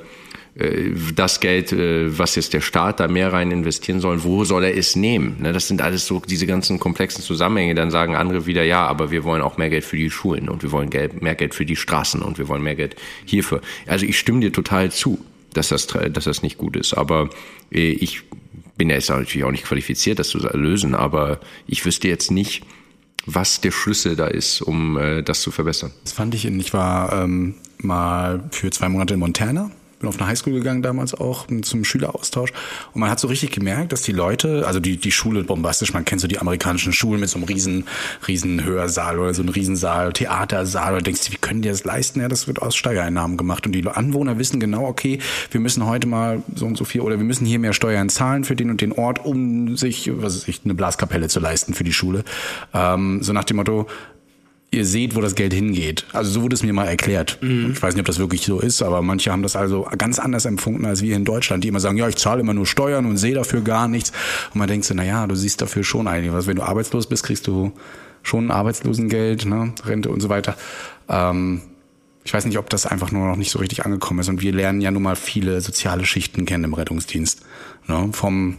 das Geld, äh, was jetzt der Staat da mehr rein investieren soll, wo soll er es nehmen? Ne, das sind alles so diese ganzen komplexen Zusammenhänge. Dann sagen andere wieder, ja, aber wir wollen auch mehr Geld für die Schulen und wir wollen Geld, mehr Geld für die Straßen und wir wollen mehr Geld hierfür. Also ich stimme dir total zu, dass das, dass das nicht gut ist, aber äh, ich... bin ja jetzt natürlich auch nicht qualifiziert, das zu lösen, aber ich wüsste jetzt nicht, was der Schlüssel da ist, um äh, das zu verbessern. Das fand ich, ich war ähm, mal für zwei Monate in Montana, bin auf eine Highschool gegangen damals auch zum Schüleraustausch und man hat so richtig gemerkt, dass die Leute, also die die Schule bombastisch, man kennt so die amerikanischen Schulen mit so einem riesen riesen Hörsaal oder so einem Riesensaal, Theatersaal und denkst du, wie können die das leisten? Ja, das wird aus Steuereinnahmen gemacht und die Anwohner wissen genau, okay, wir müssen heute mal so und so viel oder wir müssen hier mehr Steuern zahlen für den und den Ort, um sich, was weiß ich, eine Blaskapelle zu leisten für die Schule. Ähm, so nach dem Motto, ihr seht, wo das Geld hingeht. Also so wurde es mir mal erklärt. Mhm. Ich weiß nicht, ob das wirklich so ist, aber manche haben das also ganz anders empfunden als wir in Deutschland, die immer sagen, ja, ich zahle immer nur Steuern und sehe dafür gar nichts. Und man denkt so, naja, du siehst dafür schon einiges. Wenn du arbeitslos bist, kriegst du schon Arbeitslosengeld, ne, Rente und so weiter. Ähm, ich weiß nicht, ob das einfach nur noch nicht so richtig angekommen ist. Und wir lernen ja nun mal viele soziale Schichten kennen im Rettungsdienst. Ne, vom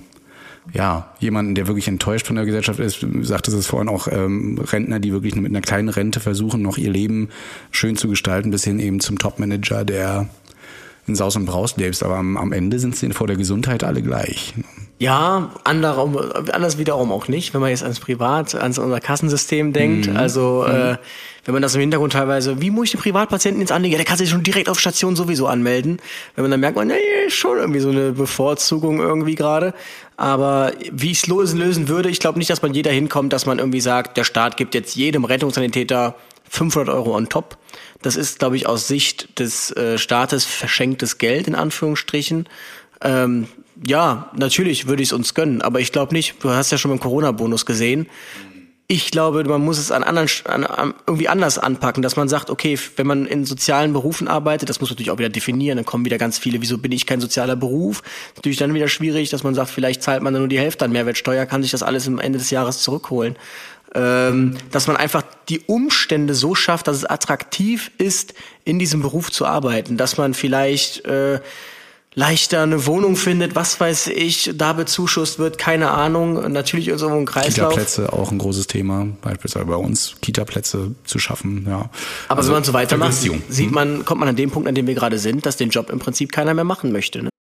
ja, jemanden, der wirklich enttäuscht von der Gesellschaft ist, sagte es vorhin auch, ähm, Rentner, die wirklich mit einer kleinen Rente versuchen, noch ihr Leben schön zu gestalten, bis hin eben zum Topmanager, der in Saus und Braus lebst. Aber am, am Ende sind sie vor der Gesundheit alle gleich. Ja, andere, anders wiederum auch nicht, wenn man jetzt ans Privat, ans unser Kassensystem denkt. Mhm. Also, mhm. äh, wenn man das im Hintergrund teilweise, wie muss ich den Privatpatienten jetzt anlegen? Ja, der kann sich schon direkt auf Station sowieso anmelden. Wenn man dann merkt, man, nee, schon irgendwie so eine Bevorzugung irgendwie gerade. Aber wie ich es lösen, lösen würde, ich glaube nicht, dass man jeder hinkommt, dass man irgendwie sagt, der Staat gibt jetzt jedem Rettungssanitäter fünfhundert Euro on top. Das ist, glaube ich, aus Sicht des äh, Staates verschenktes Geld, in Anführungsstrichen. Ähm, ja, natürlich würde ich es uns gönnen, aber ich glaube nicht, du hast ja schon beim Corona-Bonus gesehen, ich glaube, man muss es an anderen, an, an, irgendwie anders anpacken, dass man sagt, okay, wenn man in sozialen Berufen arbeitet, das muss man natürlich auch wieder definieren, dann kommen wieder ganz viele, wieso bin ich kein sozialer Beruf? Natürlich dann wieder schwierig, dass man sagt, vielleicht zahlt man dann nur die Hälfte an Mehrwertsteuer, kann sich das alles am Ende des Jahres zurückholen. Ähm, dass man einfach die Umstände so schafft, dass es attraktiv ist, in diesem Beruf zu arbeiten, dass man vielleicht äh, leichter eine Wohnung findet, was weiß ich, da bezuschusst wird, keine Ahnung, natürlich irgendwo ein Kreislauf. Kita-Plätze auch ein großes Thema, beispielsweise bei uns, Kita-Plätze zu schaffen, ja. Aber also, wenn man so weitermacht, sieht man, kommt man an dem Punkt, an dem wir gerade sind, dass den Job im Prinzip keiner mehr machen möchte, ne?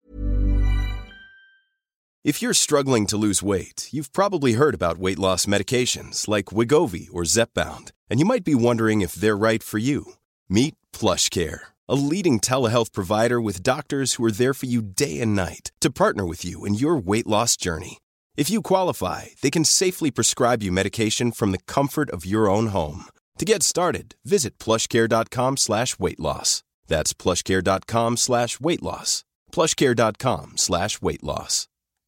If you're struggling to lose weight, you've probably heard about weight loss medications like Wegovy or Zepbound, and you might be wondering if they're right for you. Meet PlushCare, a leading telehealth provider with doctors who are there for you day and night to partner with you in your weight loss journey. If you qualify, they can safely prescribe you medication from the comfort of your own home. To get started, visit plushcare.com slash weight loss. That's plushcare.com slash weight loss. plushcare.com slash weight loss.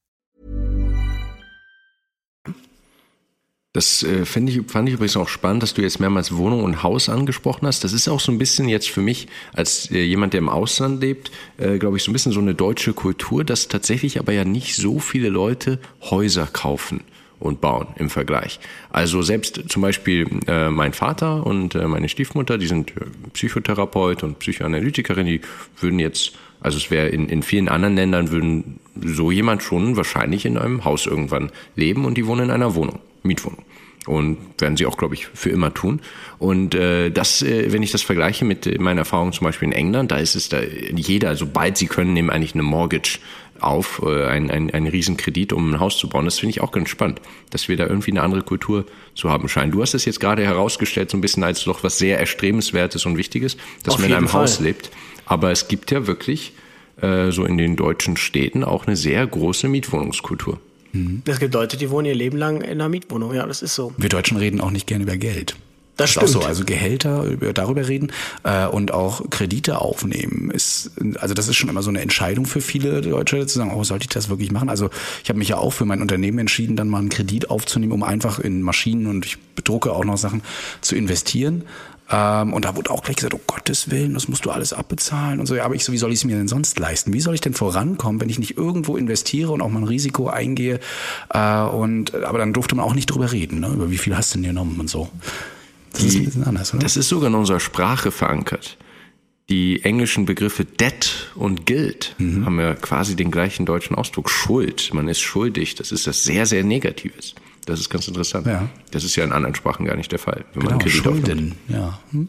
Das äh, find ich, fand ich übrigens auch spannend, dass du jetzt mehrmals Wohnung und Haus angesprochen hast. Das ist auch so ein bisschen jetzt für mich als äh, jemand, der im Ausland lebt, äh, glaube ich, so ein bisschen so eine deutsche Kultur, dass tatsächlich aber ja nicht so viele Leute Häuser kaufen und bauen im Vergleich. Also selbst zum Beispiel äh, mein Vater und äh, meine Stiefmutter, die sind äh, Psychotherapeut und Psychoanalytikerin, die würden jetzt, also es wäre in, in vielen anderen Ländern würden so jemand schon wahrscheinlich in einem Haus irgendwann leben und die wohnen in einer Wohnung. Mietwohnung. Und werden sie auch, glaube ich, für immer tun. Und äh, das, äh, wenn ich das vergleiche mit meiner Erfahrung zum Beispiel in England, da ist es da jeder, sobald sie können, nehmen eigentlich eine Mortgage auf, äh, ein, ein, ein Riesenkredit, um ein Haus zu bauen. Das finde ich auch ganz spannend, dass wir da irgendwie eine andere Kultur zu haben scheinen. Du hast es jetzt gerade herausgestellt, so ein bisschen als doch was sehr Erstrebenswertes und Wichtiges, dass man in einem Haus lebt. Aber es gibt ja wirklich äh, so in den deutschen Städten auch eine sehr große Mietwohnungskultur. Es gibt Leute, die wohnen ihr Leben lang in einer Mietwohnung. Ja, das ist so. Wir Deutschen reden auch nicht gerne über Geld. Das ist stimmt. auch so, also Gehälter, über, darüber reden äh, und auch Kredite aufnehmen ist, also das ist schon immer so eine Entscheidung für viele Deutsche, zu sagen, oh, sollte ich das wirklich machen? Also ich habe mich ja auch für mein Unternehmen entschieden, dann mal einen Kredit aufzunehmen, um einfach in Maschinen und ich bedrucke auch noch Sachen zu investieren. Ähm, und da wurde auch gleich gesagt, um Gottes Willen, das musst du alles abbezahlen und so. Ja, aber ich so, wie soll ich es mir denn sonst leisten? Wie soll ich denn vorankommen, wenn ich nicht irgendwo investiere und auch mal ein Risiko eingehe? Äh, und aber dann durfte man auch nicht drüber reden, ne? Über wie viel hast du denn genommen und so. Das Die, ist ein bisschen anders, oder? Das ist sogar in unserer Sprache verankert. Die englischen Begriffe Debt und Guilt mhm. haben ja quasi den gleichen deutschen Ausdruck. Schuld, man ist schuldig. Das ist das sehr, sehr Negatives. Das ist ganz interessant. Ja. Das ist ja in anderen Sprachen gar nicht der Fall. Wenn Genau, man Kredit aufnimmt. Schulden, ja. Hm?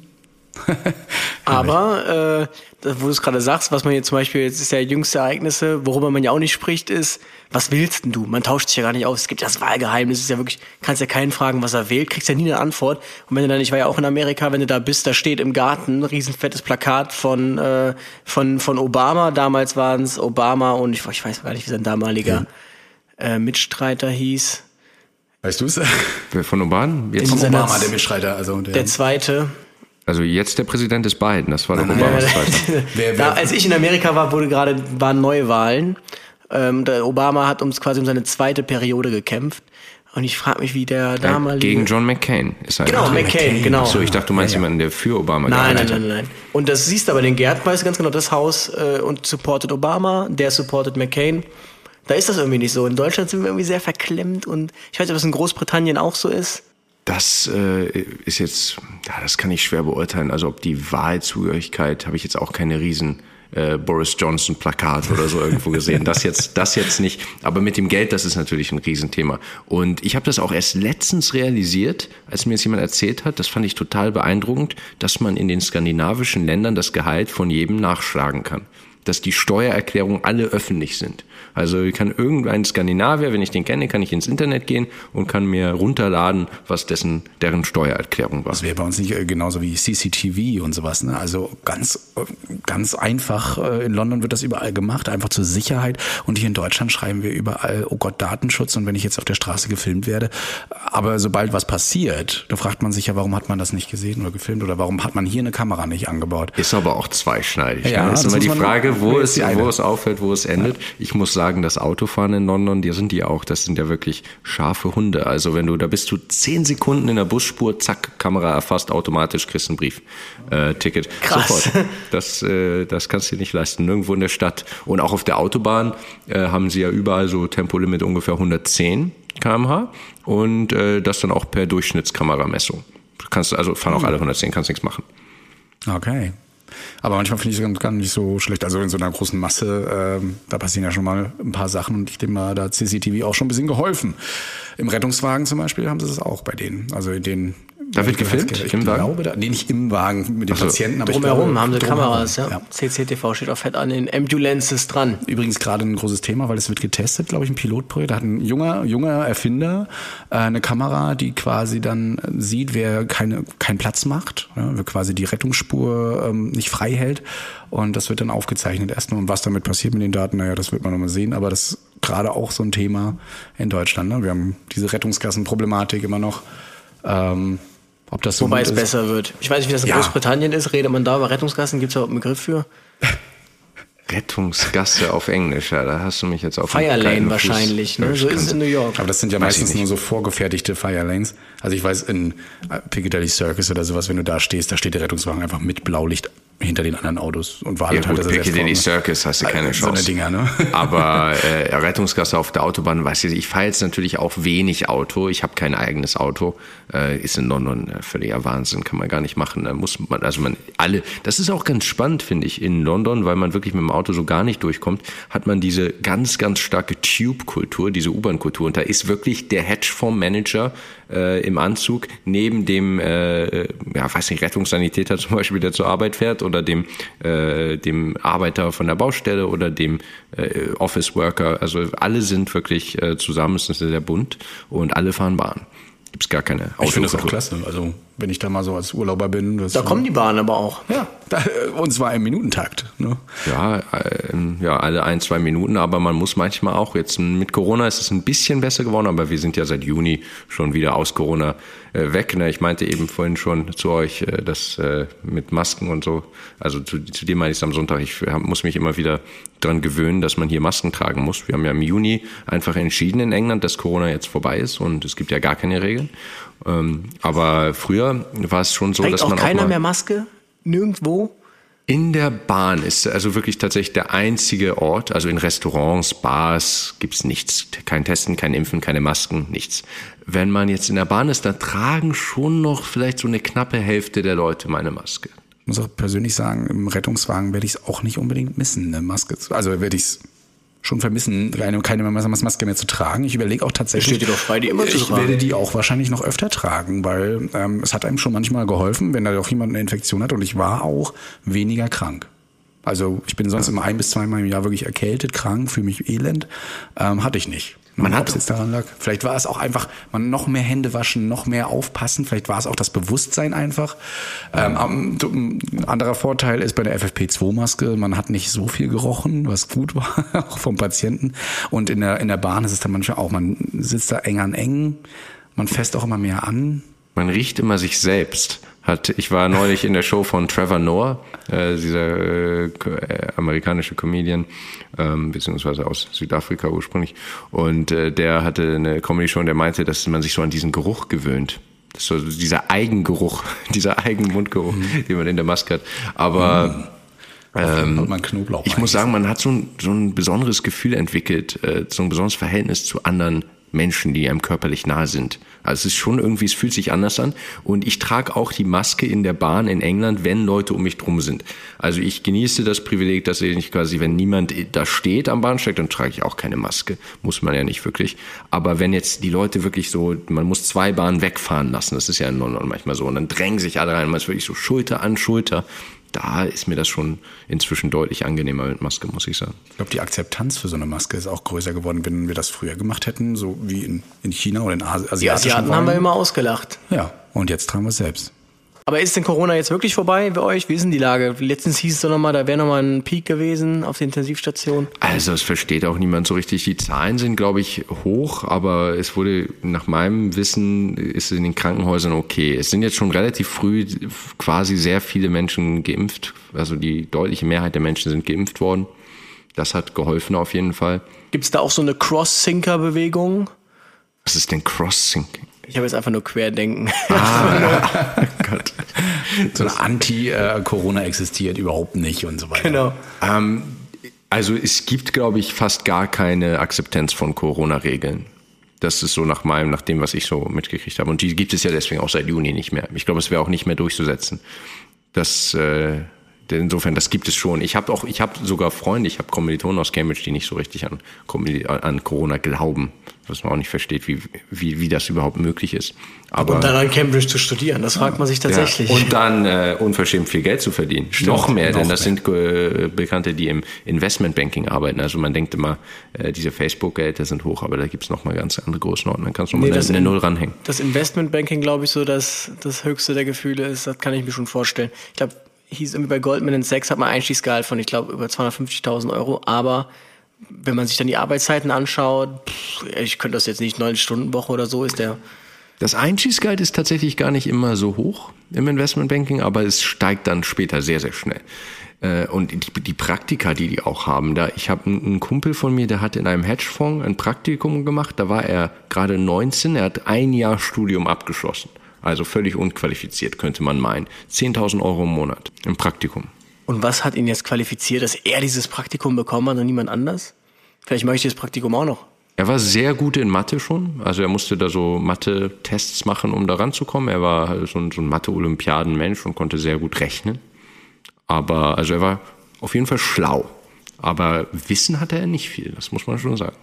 Aber, äh, wo du es gerade sagst, was man jetzt zum Beispiel, jetzt ist ja jüngste Ereignisse, worüber man ja auch nicht spricht, ist, was willst denn du? Man tauscht sich ja gar nicht aus. Es gibt ja das Wahlgeheimnis, es ist ja wirklich, kannst ja keinen fragen, was er wählt, kriegst ja nie eine Antwort. Und wenn du dann, ich war ja auch in Amerika, wenn du da bist, da steht im Garten ein riesenfettes Plakat von, äh, von, von Obama. Damals waren es Obama und ich, ich weiß gar nicht, wie sein damaliger ja. äh, Mitstreiter hieß. Weißt du es? Wer von Obama? Jetzt Vom Senats- Obama, der Mitstreiter. Also der, Der zweite. Also jetzt der Präsident ist Biden, das war doch Obamas Zweiter. wer, Da, wer, als ich in Amerika war, wurde gerade, waren Neuwahlen. Ähm, der Obama hat uns quasi um seine zweite Periode gekämpft. Und ich frage mich, wie der damalige... Gegen John McCain ist er. Genau, McCain, genau. So, ich dachte, du meinst Ja, ja. jemanden, der für Obama Nein, nein, gearbeitet hat. nein, nein, nein. Und das siehst du aber den Gerd, weißt du ganz genau, das Haus äh, und supportet Obama, der supportet McCain. Da ist das irgendwie nicht so. In Deutschland sind wir irgendwie sehr verklemmt und ich weiß nicht, ob das in Großbritannien auch so ist. Das äh, ist jetzt, ja, das kann ich schwer beurteilen. Also ob die Wahlzugehörigkeit, habe ich jetzt auch keine riesen äh, Boris Johnson Plakat oder so irgendwo gesehen. Das jetzt, das jetzt nicht. Aber mit dem Geld, das ist natürlich ein Riesenthema. Und ich habe das auch erst letztens realisiert, als mir das jemand erzählt hat. Das fand ich total beeindruckend, dass man in den skandinavischen Ländern das Gehalt von jedem nachschlagen kann. Dass die Steuererklärungen alle öffentlich sind. Also kann irgendein Skandinavier, wenn ich den kenne, kann ich ins Internet gehen und kann mir runterladen, was dessen deren Steuererklärung war. das wäre bei uns nicht äh, genauso wie C C T V und sowas. Ne? Also ganz, äh, ganz einfach. Äh, in London wird das überall gemacht, einfach zur Sicherheit. Und hier in Deutschland schreiben wir überall, oh Gott, Datenschutz. Und wenn ich jetzt auf der Straße gefilmt werde. Aber sobald was passiert, da fragt man sich ja, warum hat man das nicht gesehen oder gefilmt? Oder warum hat man hier eine Kamera nicht angebaut? Ist aber auch zweischneidig. Ja, ne? Ist das immer die muss man- Frage, wo wo es, ist die eine? wo es aufhört, wo es endet. Ich muss sagen, das Autofahren in London, die sind die auch, das sind ja wirklich scharfe Hunde. Also wenn du, da bist du zehn Sekunden in der Busspur, zack, Kamera erfasst, automatisch kriegst ein Brief, äh, Ticket. Krass. Sofort. Das, äh, das kannst du dir nicht leisten. Nirgendwo in der Stadt. Und auch auf der Autobahn äh, haben sie ja überall so Tempolimit ungefähr hundertzehn Kilometer pro Stunde und äh, das dann auch per Durchschnittskameramessung. Du kannst, also fahren auch alle hundertzehn, kannst nichts machen. Okay. Aber manchmal finde ich es gar nicht so schlecht. Also in so einer großen Masse, ähm, da passieren ja schon mal ein paar Sachen und ich denke mal, da hat C C T V auch schon ein bisschen geholfen. Im Rettungswagen zum Beispiel haben sie das auch bei denen. Also in den Da wird gefilmt? Ich Im Wagen? glaube, da, nee, nicht im Wagen mit den Ach so. Patienten, aber ich Drumherum glaube, haben sie drumherum. Kameras, ja. Ja. C C T V steht auch fett an den Ambulances dran. Übrigens gerade ein großes Thema, weil es wird getestet, glaube ich, ein Pilotprojekt. Da hat ein junger, junger Erfinder äh, eine Kamera, die quasi dann sieht, wer keine, keinen Platz macht, ja, wer quasi die Rettungsspur ähm, nicht frei hält. Und das wird dann aufgezeichnet erstmal. Und was damit passiert mit den Daten, naja, das wird man nochmal sehen. Aber das ist gerade auch so ein Thema in Deutschland. Ne? Wir haben diese Rettungskassenproblematik immer noch. Ähm, ob das so Wobei gut es ist. besser wird. Ich weiß nicht, wie das in Ja. Großbritannien ist. Redet man da über Rettungskassen? Gibt es überhaupt einen Begriff für? Rettungsgasse auf Englisch, ja, da hast du mich jetzt auf den Firelane kalten Fuß wahrscheinlich, ne? So ist es in New York. Aber das sind ja Weiß ich meistens nicht. nur so vorgefertigte Firelanes. Also ich weiß, in Piccadilly Circus oder sowas, wenn du da stehst, da steht der Rettungswagen einfach mit Blaulicht hinter den anderen Autos und Ja wartet halt, gut, dass er selbst Piccadilly kommt. Circus hast du keine So eine Chance. Dinger, ne? Aber äh, Rettungsgasse auf der Autobahn, weiß ich, ich fahre jetzt natürlich auch wenig Auto. Ich habe kein eigenes Auto. Äh, ist in London äh, völliger Wahnsinn, kann man gar nicht machen. Da muss man, also man alle, das ist auch ganz spannend, finde ich, in London, weil man wirklich mit dem Auto so gar nicht durchkommt, hat man diese ganz, ganz starke Tube-Kultur, diese U-Bahn-Kultur. Und da ist wirklich der Hedgefondsmanager äh, im Anzug neben dem, äh, ja, weiß nicht, Rettungssanitäter zum Beispiel, der zur Arbeit fährt, oder dem, äh, dem Arbeiter von der Baustelle oder dem äh, Office Worker. Also alle sind wirklich äh, zusammen, es ist sehr bunt und alle fahren Bahn. Gibt's gar keine Ich finde das auch Autokultur. klasse. Also wenn ich da mal so als Urlauber bin. Das Da kommen die Bahnen aber auch. Ja. Und zwar im Minutentakt. Ne? Ja, äh, ja, alle ein, zwei Minuten, aber man muss manchmal auch, jetzt mit Corona ist es ein bisschen besser geworden, aber wir sind ja seit Juni schon wieder aus Corona äh, weg. Ne? Ich meinte eben vorhin schon zu euch, äh, das äh, mit Masken und so, also zu, zu dir meinte ich es am Sonntag, ich hab, muss mich immer wieder dran gewöhnen, dass man hier Masken tragen muss. Wir haben ja im Juni einfach entschieden in England, dass Corona jetzt vorbei ist und es gibt ja gar keine Regeln. Ähm, aber früher war es schon so, Trägt dass auch man keiner auch mal mehr Maske? Nirgendwo? in der Bahn ist also wirklich tatsächlich der einzige Ort, also in Restaurants, Bars gibt's nichts. Kein Testen, kein Impfen, keine Masken, nichts. Wenn man jetzt in der Bahn ist, dann tragen schon noch vielleicht so eine knappe Hälfte der Leute meine Maske. Ich muss auch persönlich sagen, im Rettungswagen werde ich es auch nicht unbedingt missen, eine Maske. Also werde ich es schon vermissen, keine, keine Maske mehr zu tragen. Ich überlege auch tatsächlich, Steht dir doch frei, die immer zu ich tragen. werde die auch wahrscheinlich noch öfter tragen, weil ähm, es hat einem schon manchmal geholfen, wenn da doch jemand eine Infektion hat und ich war auch weniger krank. Also ich bin sonst immer ein bis zweimal im Jahr wirklich erkältet, krank, fühle mich elend. Ähm, hatte ich nicht. Man hat Ob es jetzt daran lag. Vielleicht war es auch einfach, man noch mehr Hände waschen, noch mehr aufpassen. Vielleicht war es auch das Bewusstsein einfach. Ähm, ein anderer Vorteil ist bei der F F P zwei Maske, man hat nicht so viel gerochen, was gut war, auch vom Patienten. Und in der, in der Bahn ist es dann manchmal auch, man sitzt da eng an eng, man fässt auch immer mehr an. Man riecht immer sich selbst. Hat, ich war neulich in der Show von Trevor Noah, äh, dieser äh, amerikanische Comedian, ähm, beziehungsweise aus Südafrika ursprünglich. Und äh, der hatte eine Comedy-Show und der meinte, dass man sich so an diesen Geruch gewöhnt. Das ist so dieser Eigengeruch, dieser Eigenmundgeruch, mhm. den man in der Maske hat. Aber mhm. ähm, man Knoblauch ich muss sagen, man hat so ein, so ein besonderes Gefühl entwickelt, äh, so ein besonderes Verhältnis zu anderen Menschen, die einem körperlich nahe sind. Also es ist schon irgendwie, es fühlt sich anders an. Und ich trage auch die Maske in der Bahn in England, wenn Leute um mich drum sind. Also ich genieße das Privileg, dass ich quasi, wenn niemand da steht am Bahnsteig, dann trage ich auch keine Maske. Muss man ja nicht wirklich. Aber wenn jetzt die Leute wirklich so, man muss zwei Bahnen wegfahren lassen, das ist ja in London manchmal so, und dann drängen sich alle rein, man ist wirklich so Schulter an Schulter. Da ist mir das schon inzwischen deutlich angenehmer mit Maske, muss ich sagen. Ich glaube, die Akzeptanz für so eine Maske ist auch größer geworden, wenn wir das früher gemacht hätten, so wie in, in China oder in asiatischen Die Asiaten haben wir immer ausgelacht. Ja, und jetzt tragen wir es selbst. Aber ist denn Corona jetzt wirklich vorbei bei euch? Wie ist denn die Lage? Letztens hieß es doch nochmal, da wäre nochmal ein Peak gewesen auf der Intensivstation. Also es versteht auch niemand so richtig. Die Zahlen sind, glaube ich, hoch, aber es wurde, nach meinem Wissen, ist es in den Krankenhäusern okay. Es sind jetzt schon relativ früh quasi sehr viele Menschen geimpft. Also die deutliche Mehrheit der Menschen sind geimpft worden. Das hat geholfen auf jeden Fall. Gibt es da auch so eine Cross-Sinker-Bewegung? Was ist denn Cross-Sinking? Ich habe jetzt einfach nur Querdenken. Ah, Gott. So eine Anti-Corona existiert überhaupt nicht und so weiter. Genau. Ähm, also es gibt, glaube ich, fast gar keine Akzeptanz von Corona-Regeln. Das ist so nach meinem, nach dem, was ich so mitgekriegt habe. Und die gibt es ja deswegen auch seit Juni nicht mehr. Ich glaube, es wäre auch nicht mehr durchzusetzen. Das, äh, insofern, das gibt es schon. Ich habe auch, ich habe sogar Freunde, ich habe Kommilitonen aus Cambridge, die nicht so richtig an, an Corona glauben. Was man auch nicht versteht, wie, wie, wie das überhaupt möglich ist. Aber, und dann an Cambridge zu studieren, das fragt man sich tatsächlich. Ja, und dann äh, unverschämt viel Geld zu verdienen. Stimmt, noch mehr, noch denn das mehr. Sind äh, Bekannte, die im Investmentbanking arbeiten. Also man denkt immer, äh, diese Facebook-Gelder sind hoch, aber da gibt's noch mal ganz andere Größenordnungen. Dann kannst du noch nee, mal eine, eine Null ranhängen. Das Investmentbanking, glaube ich, so das, das höchste der Gefühle ist, das kann ich mir schon vorstellen. Ich glaube, hieß irgendwie bei Goldman Sachs hat man Einstiegsgehalt von, ich glaube, über zweihundertfünfzigtausend Euro, aber wenn man sich dann die Arbeitszeiten anschaut, pff, ich könnte das jetzt nicht, neun-Stunden-Woche oder so ist der. Das Einstiegsgehalt ist tatsächlich gar nicht immer so hoch im Investmentbanking, aber es steigt dann später sehr, sehr schnell. Und die, die Praktika, die die auch haben, da ich habe einen Kumpel von mir, der hat in einem Hedgefonds ein Praktikum gemacht, da war er gerade neunzehn, er hat ein Jahr Studium abgeschlossen. Also völlig unqualifiziert, könnte man meinen. zehntausend Euro im Monat im Praktikum. Und was hat ihn jetzt qualifiziert, dass er dieses Praktikum bekommen hat und niemand anders? Vielleicht möchte ich das Praktikum auch noch. Er war sehr gut in Mathe schon. Also er musste da so Mathe-Tests machen, um da ranzukommen. Er war so ein, so ein Mathe-Olympiaden-Mensch und konnte sehr gut rechnen. Aber, also er war auf jeden Fall schlau. Aber Wissen hatte er nicht viel, das muss man schon sagen.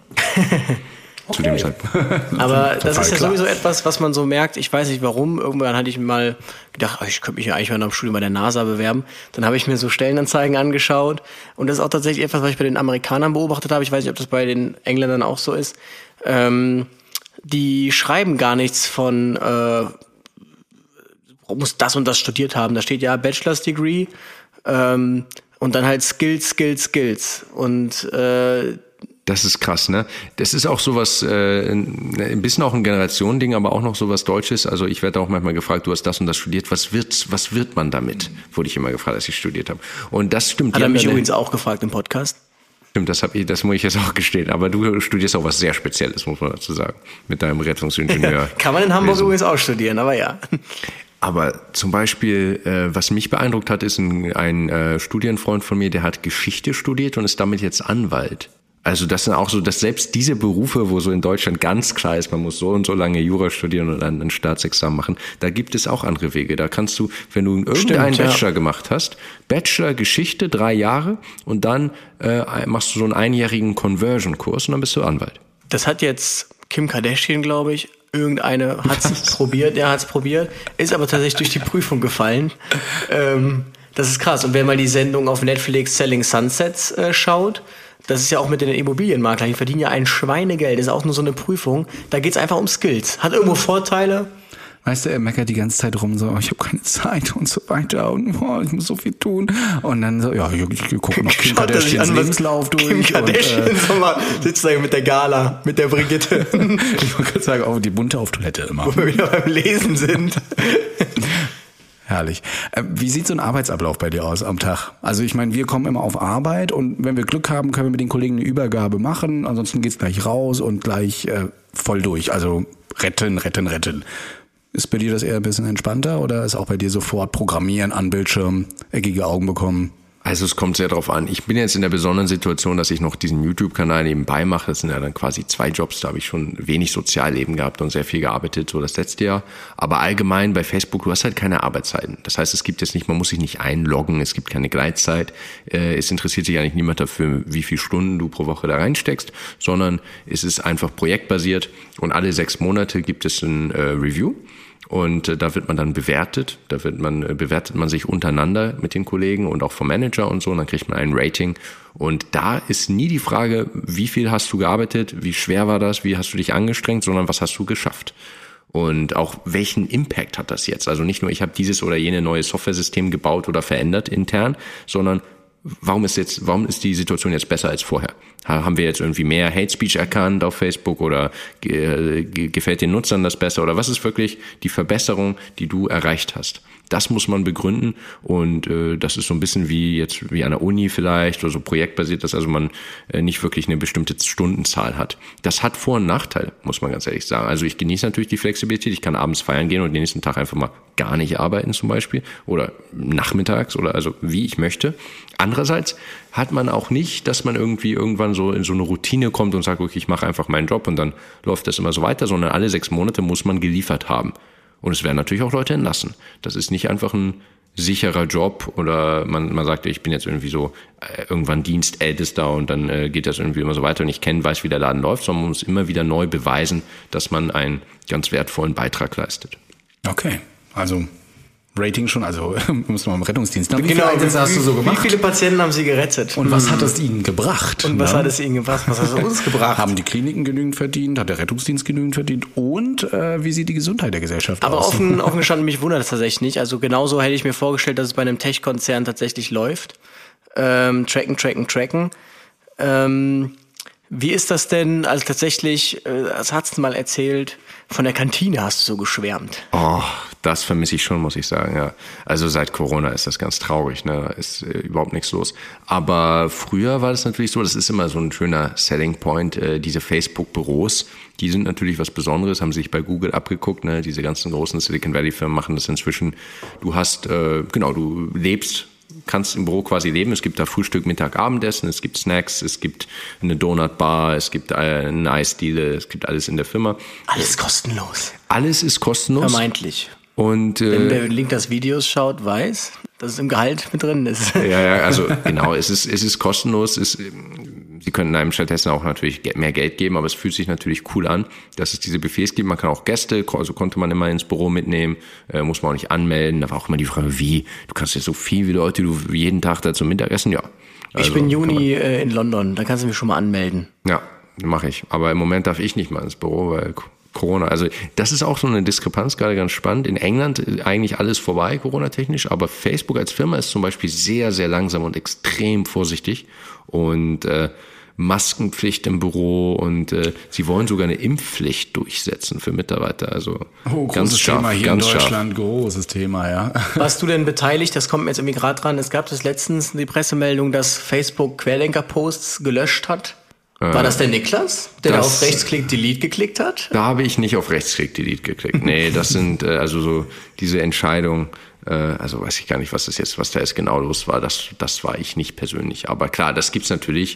Okay. Zu dem Zeitpunkt. Aber das ist ja klar. Sowieso etwas, was man so merkt. Ich weiß nicht warum. Irgendwann hatte ich mal gedacht, ich könnte mich ja eigentlich mal nach dem Studium bei der NASA bewerben. Dann habe ich mir so Stellenanzeigen angeschaut. Und das ist auch tatsächlich etwas, was ich bei den Amerikanern beobachtet habe. Ich weiß nicht, ob das bei den Engländern auch so ist. Ähm, die schreiben gar nichts von, äh, muss das und das studiert haben. Da steht ja Bachelor's Degree, Ähm, und dann halt Skills, Skills, Skills. Und äh, das ist krass, ne? Das ist auch sowas, äh, ein bisschen auch ein Generationending, aber auch noch sowas Deutsches. Also ich werde auch manchmal gefragt, du hast das und das studiert, was wird, was wird man damit? Wurde ich immer gefragt, als ich studiert habe. Und das stimmt. Hat er mich übrigens auch gefragt im Podcast. Stimmt, das hab ich, das muss ich jetzt auch gestehen. Aber du studierst auch was sehr Spezielles, muss man dazu sagen, mit deinem Rettungsingenieur. Kann man in Hamburg übrigens auch studieren, aber ja. Aber zum Beispiel, äh, was mich beeindruckt hat, ist ein, ein äh, Studienfreund von mir, der hat Geschichte studiert und ist damit jetzt Anwalt. Also das sind auch so, dass selbst diese Berufe, wo so in Deutschland ganz klar ist, man muss so und so lange Jura studieren und dann ein Staatsexamen machen, da gibt es auch andere Wege. Da kannst du, wenn du irgendeinen Stimmt, Bachelor ja. gemacht hast, Bachelor Geschichte, drei Jahre und dann äh, machst du so einen einjährigen Conversion-Kurs und dann bist du Anwalt. Das hat jetzt Kim Kardashian, glaube ich, irgendeine hat's probiert, der hat's probiert, ist aber tatsächlich durch die Prüfung gefallen. Ähm, das ist krass. Und wenn man die Sendung auf Netflix Selling Sunsets äh, schaut, das ist ja auch mit den Immobilienmaklern, die verdienen ja ein Schweinegeld, das ist auch nur so eine Prüfung. Da geht's einfach um Skills. Hat irgendwo Vorteile. Weißt du, er meckert die ganze Zeit rum, so, ich habe keine Zeit und so weiter und oh, ich muss so viel tun. Und dann so, ja, ich, ich gucke noch Kim Kardashians Lebenslauf durch. Kim Kardashian und, äh, mal, sitzt da mit der Gala, mit der Brigitte. Ich wollte gerade sagen, auch die bunte auf Toilette immer. Wo wir wieder beim Lesen sind. Herrlich. Wie sieht so ein Arbeitsablauf bei dir aus am Tag? Also ich meine, wir kommen immer auf Arbeit und wenn wir Glück haben, können wir mit den Kollegen eine Übergabe machen. Ansonsten geht's gleich raus und gleich äh, voll durch. Also retten, retten, retten. Ist bei dir das eher ein bisschen entspannter oder ist auch bei dir sofort Programmieren an Bildschirm, eckige Augen bekommen? Also es kommt sehr drauf an. Ich bin jetzt in der besonderen Situation, dass ich noch diesen YouTube-Kanal nebenbei mache. Das sind ja dann quasi zwei Jobs. Da habe ich schon wenig Sozialleben gehabt und sehr viel gearbeitet, so das letzte Jahr. Aber allgemein bei Facebook, du hast halt keine Arbeitszeiten. Das heißt, es gibt jetzt nicht, man muss sich nicht einloggen, es gibt keine Gleitzeit. Es interessiert sich eigentlich niemand dafür, wie viele Stunden du pro Woche da reinsteckst, sondern es ist einfach projektbasiert und alle sechs Monate gibt es ein äh, Review. Und äh, da wird man dann bewertet, da wird man äh, bewertet man sich untereinander mit den Kollegen und auch vom Manager und so, und dann kriegt man ein Rating. Und da ist nie die Frage, wie viel hast du gearbeitet, wie schwer war das, wie hast du dich angestrengt, sondern was hast du geschafft. Und auch welchen Impact hat das jetzt? Also nicht nur, ich habe dieses oder jene neue Software-System gebaut oder verändert intern, sondern warum ist jetzt, warum ist die Situation jetzt besser als vorher? Haben wir jetzt irgendwie mehr Hate Speech erkannt auf Facebook oder ge- ge- gefällt den Nutzern das besser oder was ist wirklich die Verbesserung, die du erreicht hast? Das muss man begründen und äh, das ist so ein bisschen wie jetzt wie an der Uni vielleicht oder so projektbasiert, dass also man äh, nicht wirklich eine bestimmte Stundenzahl hat. Das hat Vor- und Nachteile, muss man ganz ehrlich sagen. Also ich genieße natürlich die Flexibilität. Ich kann abends feiern gehen und den nächsten Tag einfach mal gar nicht arbeiten zum Beispiel oder nachmittags oder also wie ich möchte. Andererseits hat man auch nicht, dass man irgendwie irgendwann so in so eine Routine kommt und sagt, okay, ich mache einfach meinen Job und dann läuft das immer so weiter, sondern alle sechs Monate muss man geliefert haben. Und es werden natürlich auch Leute entlassen. Das ist nicht einfach ein sicherer Job oder man, man sagt, ich bin jetzt irgendwie so äh, irgendwann Dienstältester und dann äh, geht das irgendwie immer so weiter und ich kenne, weiß, wie der Laden läuft, sondern man muss immer wieder neu beweisen, dass man einen ganz wertvollen Beitrag leistet. Okay, also Rating schon, also muss man im Rettungsdienst. Na, wie genau, viele Einsätze hast du so gemacht? Wie viele Patienten haben Sie gerettet? Und was hat es Ihnen gebracht? Und was ne? hat es Ihnen gebracht? Was hat es uns gebracht? Haben die Kliniken genügend verdient? Hat der Rettungsdienst genügend verdient? Und äh, wie sieht die Gesundheit der Gesellschaft Aber aus? Aber offen, offen gestanden, mich wundert es tatsächlich nicht. Also genauso hätte ich mir vorgestellt, dass es bei einem Tech-Konzern tatsächlich läuft. Ähm, tracken, tracken, tracken. Ähm, wie ist das denn, also tatsächlich, äh, das hat's mal erzählt, von der Kantine hast du so geschwärmt. Oh, das vermisse ich schon, muss ich sagen, ja. Also seit Corona ist das ganz traurig, ne? Da ist äh, überhaupt nichts los. Aber früher war das natürlich so, das ist immer so ein schöner Selling Point, äh, diese Facebook-Büros, die sind natürlich was Besonderes, haben sich bei Google abgeguckt, ne? Diese ganzen großen Silicon Valley-Firmen machen das inzwischen. Du hast, äh, genau, du lebst kannst im Büro quasi leben. Es gibt da Frühstück, Mittag, Abendessen, es gibt Snacks, es gibt eine Donutbar, es gibt eine Eisdiele, es gibt alles in der Firma. Alles kostenlos. Alles ist kostenlos. Vermeintlich. Und äh, wenn der Link das Videos schaut, weiß, dass es im Gehalt mit drin ist. Ja, ja, also genau, es ist es ist kostenlos. Es, Sie können einem stattdessen auch natürlich mehr Geld geben, aber es fühlt sich natürlich cool an, dass es diese Buffets gibt. Man kann auch Gäste, also konnte man immer ins Büro mitnehmen, äh, muss man auch nicht anmelden. Da war auch immer die Frage, wie? Du kannst ja so viel wie Leute, du jeden Tag da zum Mittagessen, ja. Also, ich bin Juni äh, in London, da kannst du mich schon mal anmelden. Ja, mache ich. Aber im Moment darf ich nicht mal ins Büro, weil Corona, also das ist auch so eine Diskrepanz, gerade ganz spannend. In England eigentlich alles vorbei, Corona-technisch, aber Facebook als Firma ist zum Beispiel sehr, sehr langsam und extrem vorsichtig und äh, Maskenpflicht im Büro und äh, sie wollen sogar eine Impfpflicht durchsetzen für Mitarbeiter. Also oh, ganz großes scharf, Thema hier ganz in Deutschland, scharf. großes Thema, ja. Warst du denn beteiligt? Das kommt mir jetzt irgendwie gerade dran. Es gab das letztens die Pressemeldung, dass Facebook Querdenker-Posts gelöscht hat. War das der Niklas, der das, da auf Rechtsklick Delete geklickt hat? Da habe ich nicht auf Rechtsklick Delete geklickt. Nee, das sind äh, also so diese Entscheidungen, äh, also weiß ich gar nicht, was das jetzt, was da jetzt genau los war, das, das war ich nicht persönlich. Aber klar, das gibt's natürlich,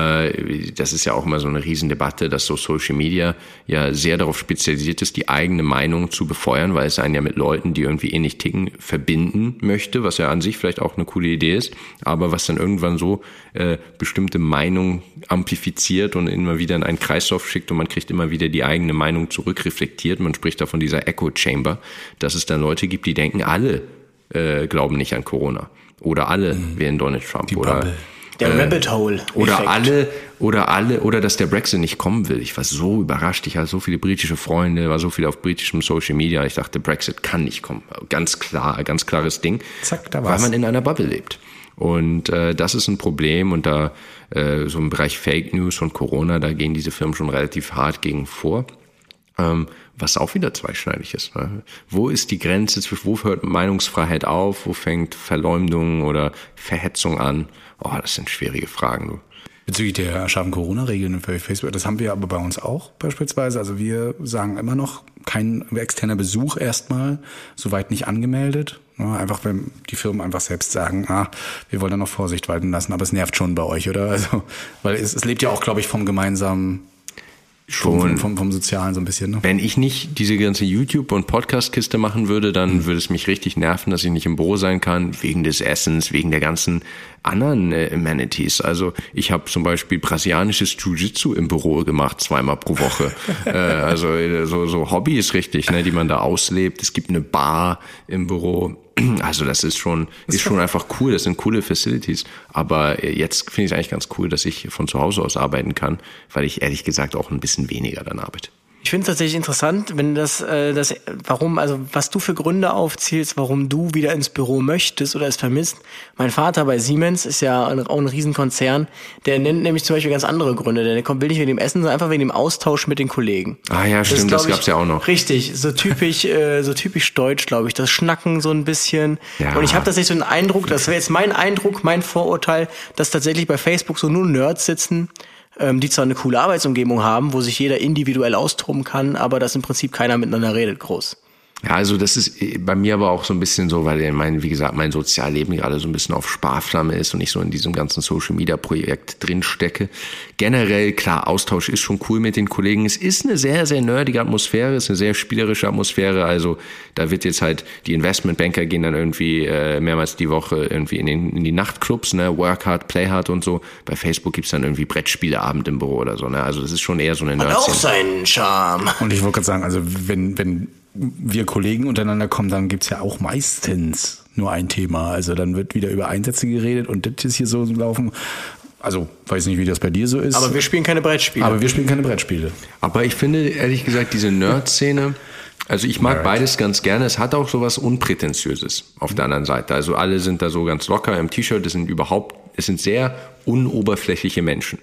äh, das ist ja auch immer so eine Riesendebatte, dass so Social Media ja sehr darauf spezialisiert ist, die eigene Meinung zu befeuern, weil es einen ja mit Leuten, die irgendwie ähnlich ticken, verbinden möchte, was ja an sich vielleicht auch eine coole Idee ist, aber was dann irgendwann so äh, bestimmte Meinungen amplifiziert und immer wieder in einen Kreislauf schickt und man kriegt immer wieder die eigene Meinung zurückreflektiert. Man spricht da von dieser Echo Chamber, dass es dann Leute gibt, die denken, alle äh, glauben nicht an Corona oder alle mhm. wählen Donald Trump die oder Bubble. Der äh, Rabbit Hole oder alle oder alle oder dass der Brexit nicht kommen will. Ich war so überrascht. Ich hatte so viele britische Freunde, war so viel auf britischem Social Media. Ich dachte, Brexit kann nicht kommen. Ganz klar, ganz klares Ding. Zack, da war's. Weil man in einer Bubble lebt. Und äh, das ist ein Problem und da äh, so im Bereich Fake News und Corona, da gehen diese Firmen schon relativ hart gegen vor, ähm, was auch wieder zweischneidig ist. Ne? Wo ist die Grenze zwischen, wo hört Meinungsfreiheit auf, wo fängt Verleumdung oder Verhetzung an? Oh, das sind schwierige Fragen, du. Bezüglich der scharfen Corona-Regeln für Facebook, das haben wir aber bei uns auch beispielsweise. Also wir sagen immer noch, kein externer Besuch erstmal, soweit nicht angemeldet. Ja, einfach, wenn die Firmen einfach selbst sagen, ah, wir wollen da noch Vorsicht walten lassen, aber es nervt schon bei euch, oder? Also, weil es, es lebt ja auch, glaube ich, vom gemeinsamen, schon vom, vom, vom Sozialen so ein bisschen. Ne? Wenn ich nicht diese ganze YouTube- und Podcast-Kiste machen würde, dann mhm. würde es mich richtig nerven, dass ich nicht im Büro sein kann, wegen des Essens, wegen der ganzen anderen äh, Amenities. Also ich habe zum Beispiel brasilianisches Jiu-Jitsu im Büro gemacht, zweimal pro Woche. äh, also so, so Hobby ist richtig, ne, die man da auslebt. Es gibt eine Bar im Büro. Also das ist schon, ist schon einfach cool, das sind coole Facilities. Aber jetzt finde ich es eigentlich ganz cool, dass ich von zu Hause aus arbeiten kann, weil ich ehrlich gesagt auch ein bisschen weniger dann arbeite. Ich finde es tatsächlich interessant, wenn das, äh, das, warum, also was du für Gründe aufzählst, warum du wieder ins Büro möchtest oder es vermisst. Mein Vater bei Siemens ist ja ein, auch ein Riesenkonzern, der nennt nämlich zum Beispiel ganz andere Gründe. Der kommt, will nicht wegen dem Essen, sondern einfach wegen dem Austausch mit den Kollegen. Ah ja, stimmt, das, das gab's ja auch noch. Richtig, so typisch, äh, so typisch deutsch, glaube ich, das Schnacken so ein bisschen. Ja. Und ich habe tatsächlich so einen Eindruck, das wäre jetzt mein Eindruck, mein Vorurteil, dass tatsächlich bei Facebook so nur Nerds sitzen, die zwar eine coole Arbeitsumgebung haben, wo sich jeder individuell austoben kann, aber dass im Prinzip keiner miteinander redet groß. Ja, also das ist bei mir aber auch so ein bisschen so, weil mein, wie gesagt, mein Sozialleben gerade so ein bisschen auf Sparflamme ist und ich so in diesem ganzen Social-Media-Projekt drin stecke. Generell, klar, Austausch ist schon cool mit den Kollegen. Es ist eine sehr, sehr nerdige Atmosphäre, es ist eine sehr spielerische Atmosphäre. Also da wird jetzt halt, die Investmentbanker gehen dann irgendwie äh, mehrmals die Woche irgendwie in, den, in die Nachtclubs, ne, Work hard, play hard und so. Bei Facebook gibt's dann irgendwie Brettspieleabend im Büro oder so, ne. Also das ist schon eher so eine Nerd-Szene. Hat auch seinen Charme. Und ich wollte gerade sagen, also wenn, wenn wir Kollegen untereinander kommen, dann gibt's ja auch meistens nur ein Thema. Also dann wird wieder über Einsätze geredet und das ist hier so laufen. Also weiß nicht, wie das bei dir so ist. Aber wir spielen keine Brettspiele. Aber wir spielen keine Brettspiele. Aber ich finde, ehrlich gesagt, diese Nerd-Szene, also ich mag Nerd. beides ganz gerne. Es hat auch so was Unprätentiöses auf der anderen Seite. Also alle sind da so ganz locker im T-Shirt. Es sind überhaupt, es sind sehr unoberflächliche Menschen.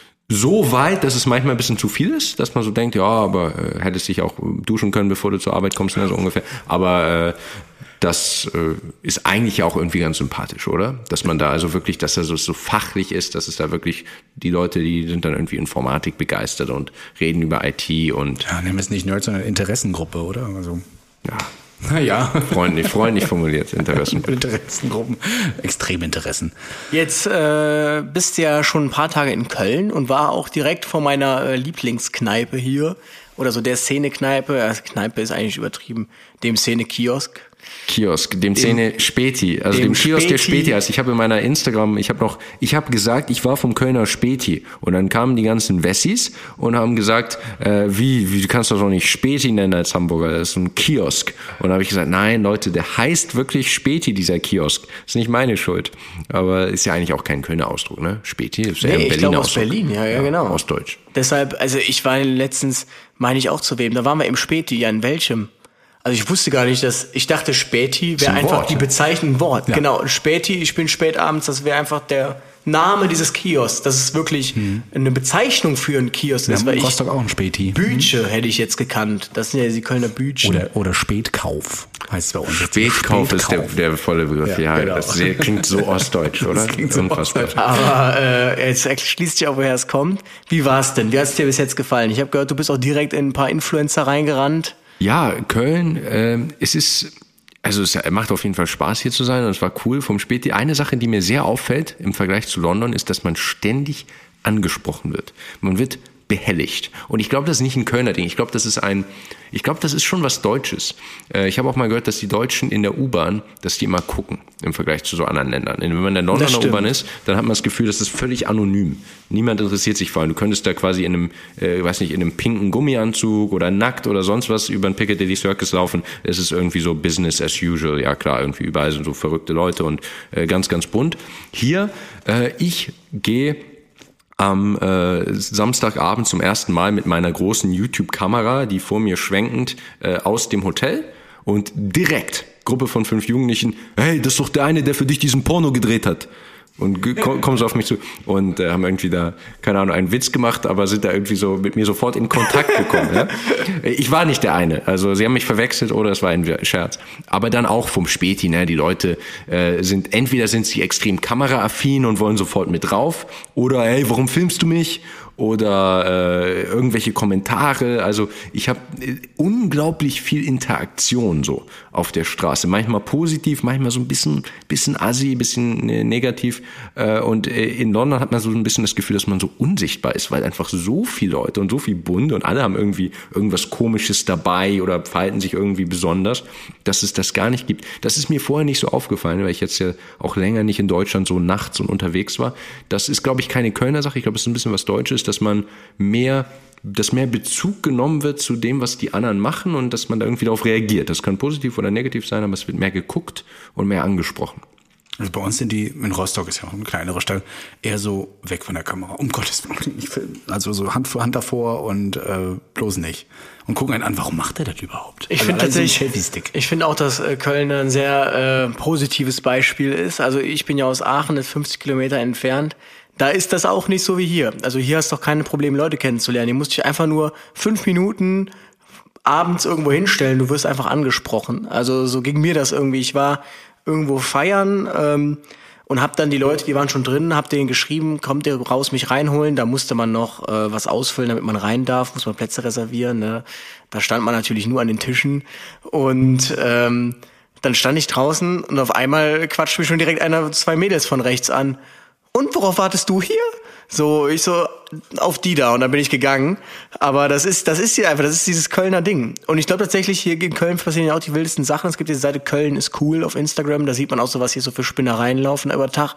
So weit, dass es manchmal ein bisschen zu viel ist, dass man so denkt, ja, aber äh, hättest dich auch duschen können, bevor du zur Arbeit kommst, ne, so ungefähr. Aber äh, das äh, ist eigentlich auch irgendwie ganz sympathisch, oder? Dass man da also wirklich, dass das so fachlich ist, dass es da wirklich die Leute, die sind dann irgendwie Informatik begeistert und reden über I T und... Ja, nehmen wir es nicht Nerds, sondern Interessengruppe, oder? Also ja. Naja. Freundlich, freundlich formuliert, Interessen. Interessengruppen, Extreminteressen. Jetzt äh, bist du ja schon ein paar Tage in Köln und war auch direkt vor meiner äh, Lieblingskneipe hier. Oder so der Szene-Kneipe. Also Kneipe ist eigentlich übertrieben. Dem Szene-Kiosk. Kiosk, dem Szene Späti, also dem, dem Kiosk Späti. Der Späti. Also ich habe in meiner Instagram, ich habe noch, ich habe gesagt, ich war vom Kölner Späti und dann kamen die ganzen Wessis und haben gesagt, äh, wie, wie, du kannst das doch nicht Späti nennen als Hamburger, das ist ein Kiosk. Und dann habe ich gesagt, nein Leute, der heißt wirklich Späti, dieser Kiosk. Ist nicht meine Schuld, aber ist ja eigentlich auch kein Kölner Ausdruck, ne? Späti ist ja nee, ein Berliner ich glaube aus Ausdruck. Berlin, ja, ja, genau. Ostdeutsch. Deshalb, also ich war letztens, meine ich auch zu wem, da waren wir im Späti, ja in welchem? Also ich wusste gar nicht, dass, ich dachte Späti wäre einfach Wort, die Bezeichnung Wort. Ja. Genau, Späti, ich bin spät abends, das wäre einfach der Name dieses Kiosks. Das ist wirklich hm. eine Bezeichnung für einen Kiosk. Das ja, war in Rostock auch ein Späti. Bütsche hätte ich jetzt gekannt. Das sind ja die Kölner Bütchen. Oder, oder Spätkauf heißt es bei uns. Spätkauf, Spätkauf ist der, der volle Begriff. Ja, ja genau. Das klingt so ostdeutsch, oder? Das klingt so ostdeutsch. Aber äh, jetzt schließt sich auch, woher es kommt. Wie war es denn? Wie hat es dir bis jetzt gefallen? Ich habe gehört, du bist auch direkt in ein paar Influencer reingerannt. Ja, Köln, äh, es ist, also es macht auf jeden Fall Spaß hier zu sein und es war cool vom Späti. Eine Sache, die mir sehr auffällt im Vergleich zu London, ist, dass man ständig angesprochen wird. Man wird behelligt. Und ich glaube, das ist nicht ein Kölner Ding. Ich glaube, das ist ein, ich glaube, das ist schon was Deutsches. Äh, ich habe auch mal gehört, dass die Deutschen in der U-Bahn, dass die immer gucken im Vergleich zu so anderen Ländern. Wenn man in der Londoner U-Bahn ist, dann hat man das Gefühl, das ist völlig anonym. Niemand interessiert sich vor allem. Du könntest da quasi in einem, äh, weiß nicht, in einem pinken Gummianzug oder nackt oder sonst was über den Piccadilly Circus laufen. Es ist irgendwie so Business as usual. Ja klar, irgendwie überall sind so verrückte Leute und äh, ganz, ganz bunt. Hier, äh, ich gehe am äh, Samstagabend zum ersten Mal mit meiner großen YouTube-Kamera, die vor mir schwenkend, äh, aus dem Hotel und direkt Gruppe von fünf Jugendlichen, hey, das ist doch der eine, der für dich diesen Porno gedreht hat. Und ge- kommen so auf mich zu und äh, haben irgendwie da, keine Ahnung, einen Witz gemacht, aber sind da irgendwie so mit mir sofort in Kontakt gekommen. Ja? Ich war nicht der eine, also sie haben mich verwechselt oder es war ein Scherz. Aber dann auch vom Späti, ne? Die Leute äh, sind, entweder sind sie extrem kameraaffin und wollen sofort mit drauf oder hey, warum filmst du mich? Oder äh, irgendwelche Kommentare. Also ich habe äh, unglaublich viel Interaktion so auf der Straße. Manchmal positiv, manchmal so ein bisschen, bisschen assi, bisschen äh, negativ. Äh, und äh, in London hat man so ein bisschen das Gefühl, dass man so unsichtbar ist, weil einfach so viele Leute und so viel bunt und alle haben irgendwie irgendwas Komisches dabei oder verhalten sich irgendwie besonders, dass es das gar nicht gibt. Das ist mir vorher nicht so aufgefallen, weil ich jetzt ja auch länger nicht in Deutschland so nachts und unterwegs war. Das ist, glaube ich, keine Kölner Sache. Ich glaube, es ist ein bisschen was Deutsches, dass man mehr, dass mehr Bezug genommen wird zu dem, was die anderen machen und dass man da irgendwie darauf reagiert. Das kann positiv oder negativ sein, aber es wird mehr geguckt und mehr angesprochen. Also bei uns sind die, in Rostock ist ja auch eine kleinere Stadt, eher so weg von der Kamera. Um Gottes Willen, ich film. Also so Hand vor Hand davor und äh, bloß nicht. Und gucken einen an, warum macht er das überhaupt? Ich also finde tatsächlich, ich finde auch, dass äh, Köln ein sehr äh, positives Beispiel ist. Also ich bin ja aus Aachen, ist fünfzig Kilometer entfernt. Da ist das auch nicht so wie hier. Also hier hast du doch keine Probleme, Leute kennenzulernen. Hier musst dich einfach nur fünf Minuten abends irgendwo hinstellen. Du wirst einfach angesprochen. Also so ging mir das irgendwie. Ich war irgendwo feiern ähm, und hab dann die Leute, die waren schon drin, hab denen geschrieben, kommt ihr raus, mich reinholen. Da musste man noch äh, was ausfüllen, damit man rein darf. Muss man Plätze reservieren. Ne? Da stand man natürlich nur an den Tischen. Und ähm, dann stand ich draußen und auf einmal quatscht mich schon direkt einer, zwei Mädels von rechts an. Und worauf wartest du hier? So, ich so, auf die da und dann bin ich gegangen. Aber das ist, das ist hier einfach, das ist dieses Kölner Ding. Und ich glaube tatsächlich, hier in Köln passieren ja auch die wildesten Sachen. Es gibt diese Seite Köln ist cool auf Instagram, da sieht man auch so, was hier so für Spinnereien laufen über Tag.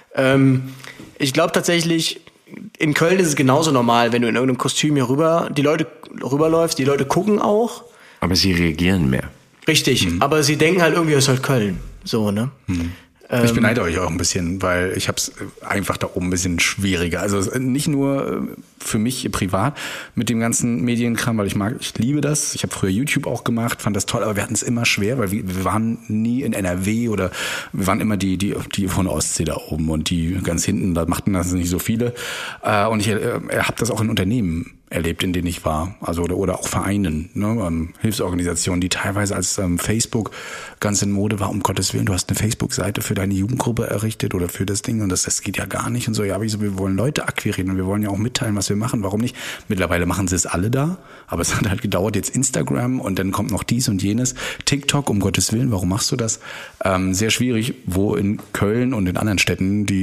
Ähm, ich glaube tatsächlich, in Köln ist es genauso normal, wenn du in irgendeinem Kostüm hier rüber, die Leute rüberläufst, die Leute gucken auch. Aber sie reagieren mehr. Richtig, mhm. Aber sie denken halt irgendwie, es ist halt Köln. So, ne? Mhm. Ich beneide euch auch ein bisschen, weil ich habe es einfach da oben ein bisschen schwieriger. Also nicht nur für mich privat mit dem ganzen Medienkram, weil ich mag, ich liebe das. Ich habe früher YouTube auch gemacht, fand das toll, aber wir hatten es immer schwer, weil wir, wir waren nie in N R W oder wir waren immer die die die von der Ostsee da oben und die ganz hinten, da machten das nicht so viele. Und ich äh, habe das auch in Unternehmen erlebt, in denen ich war, also oder, oder auch Vereinen, ne, ähm, Hilfsorganisationen, die teilweise als ähm, Facebook ganz in Mode war, um Gottes Willen, du hast eine Facebook-Seite für deine Jugendgruppe errichtet oder für das Ding und das, das geht ja gar nicht und so. Ja, aber ich so, wir wollen Leute akquirieren und wir wollen ja auch mitteilen, was wir machen, warum nicht? Mittlerweile machen sie es alle da, aber es hat halt gedauert, jetzt Instagram und dann kommt noch dies und jenes, TikTok, um Gottes Willen, warum machst du das? Ähm, sehr schwierig, wo in Köln und in anderen Städten, die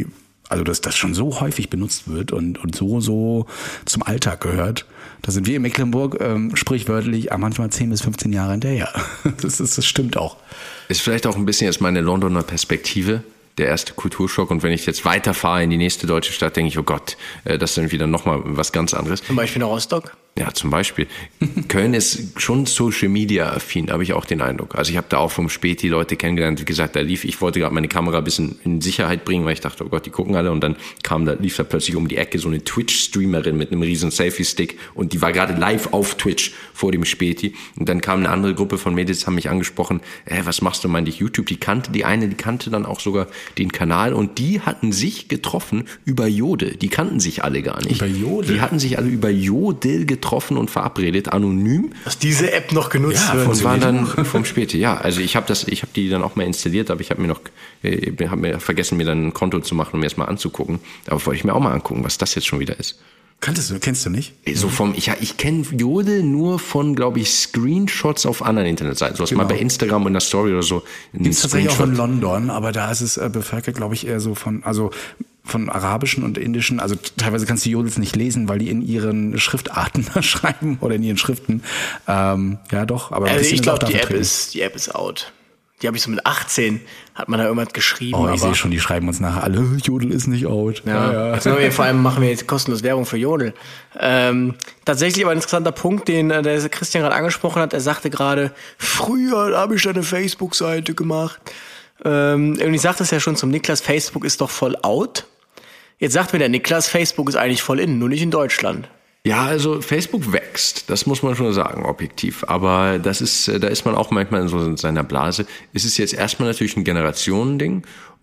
also dass das schon so häufig benutzt wird und, und so, so zum Alltag gehört. Da sind wir in Mecklenburg ähm, sprichwörtlich äh, manchmal zehn bis fünfzehn Jahre hinterher. Das, ist, das stimmt auch. Ist vielleicht auch ein bisschen jetzt meine Londoner Perspektive, der erste Kulturschock. Und wenn ich jetzt weiterfahre in die nächste deutsche Stadt, denke ich, oh Gott, das ist dann wieder nochmal was ganz anderes. Zum Beispiel nach Rostock? Ja, zum Beispiel. Köln ist schon Social Media affin, habe ich auch den Eindruck. Also ich habe da auch vom Späti Leute kennengelernt, wie gesagt, da lief, ich wollte gerade meine Kamera ein bisschen in Sicherheit bringen, weil ich dachte, oh Gott, die gucken alle. Und dann kam da, lief da plötzlich um die Ecke so eine Twitch-Streamerin mit einem riesen Selfie-Stick und die war gerade live auf Twitch vor dem Späti. Und dann kam eine andere Gruppe von Mädels, haben mich angesprochen, äh, was machst du, meinte ich, YouTube, die kannte, die eine, die kannte dann auch sogar den Kanal und die hatten sich getroffen über Jodel. Die kannten sich alle gar nicht. Über Jodel? Die hatten sich alle über Jodel getroffen und verabredet, anonym. Dass diese App noch genutzt ja, wird. Und waren dann vom Späti. Ja, also ich habe das, ich habe die dann auch mal installiert, aber ich habe mir noch, äh, habe mir vergessen, mir dann ein Konto zu machen, um mir das mal anzugucken. Aber wollte ich mir auch mal angucken, was das jetzt schon wieder ist. Kanntest du, kennst du nicht? So vom, ich, ich kenne Jodel nur von, glaube ich, Screenshots auf anderen Internetseiten. So was genau. Mal bei Instagram in der Story oder so. Gibt es tatsächlich auch in London, aber da ist es äh, bevölkert, glaube ich, eher so von, also von arabischen und indischen, also teilweise kannst du Jodels nicht lesen, weil die in ihren Schriftarten schreiben oder in ihren Schriften. Ähm, ja, doch. Aber also ich glaube, die App ist, die App ist out. Die habe ich so mit achtzehn, hat man da irgendwas geschrieben. Oh, ich sehe schon, die schreiben uns nachher alle, Jodel ist nicht out. Ja, ja. Jetzt wir, vor allem machen wir jetzt kostenlos Werbung für Jodel. Ähm, tatsächlich aber ein interessanter Punkt, den äh, der Christian gerade angesprochen hat. Er sagte gerade, früher habe ich eine Facebook-Seite gemacht. Ähm, irgendwie sagt das ja schon zum Niklas, Facebook ist doch voll out. Jetzt sagt mir der Niklas, Facebook ist eigentlich voll in, nur nicht in Deutschland. Ja, also Facebook wächst, das muss man schon sagen, objektiv. Aber das ist, da ist man auch manchmal in so in seiner Blase. Es ist jetzt erstmal natürlich ein Generationending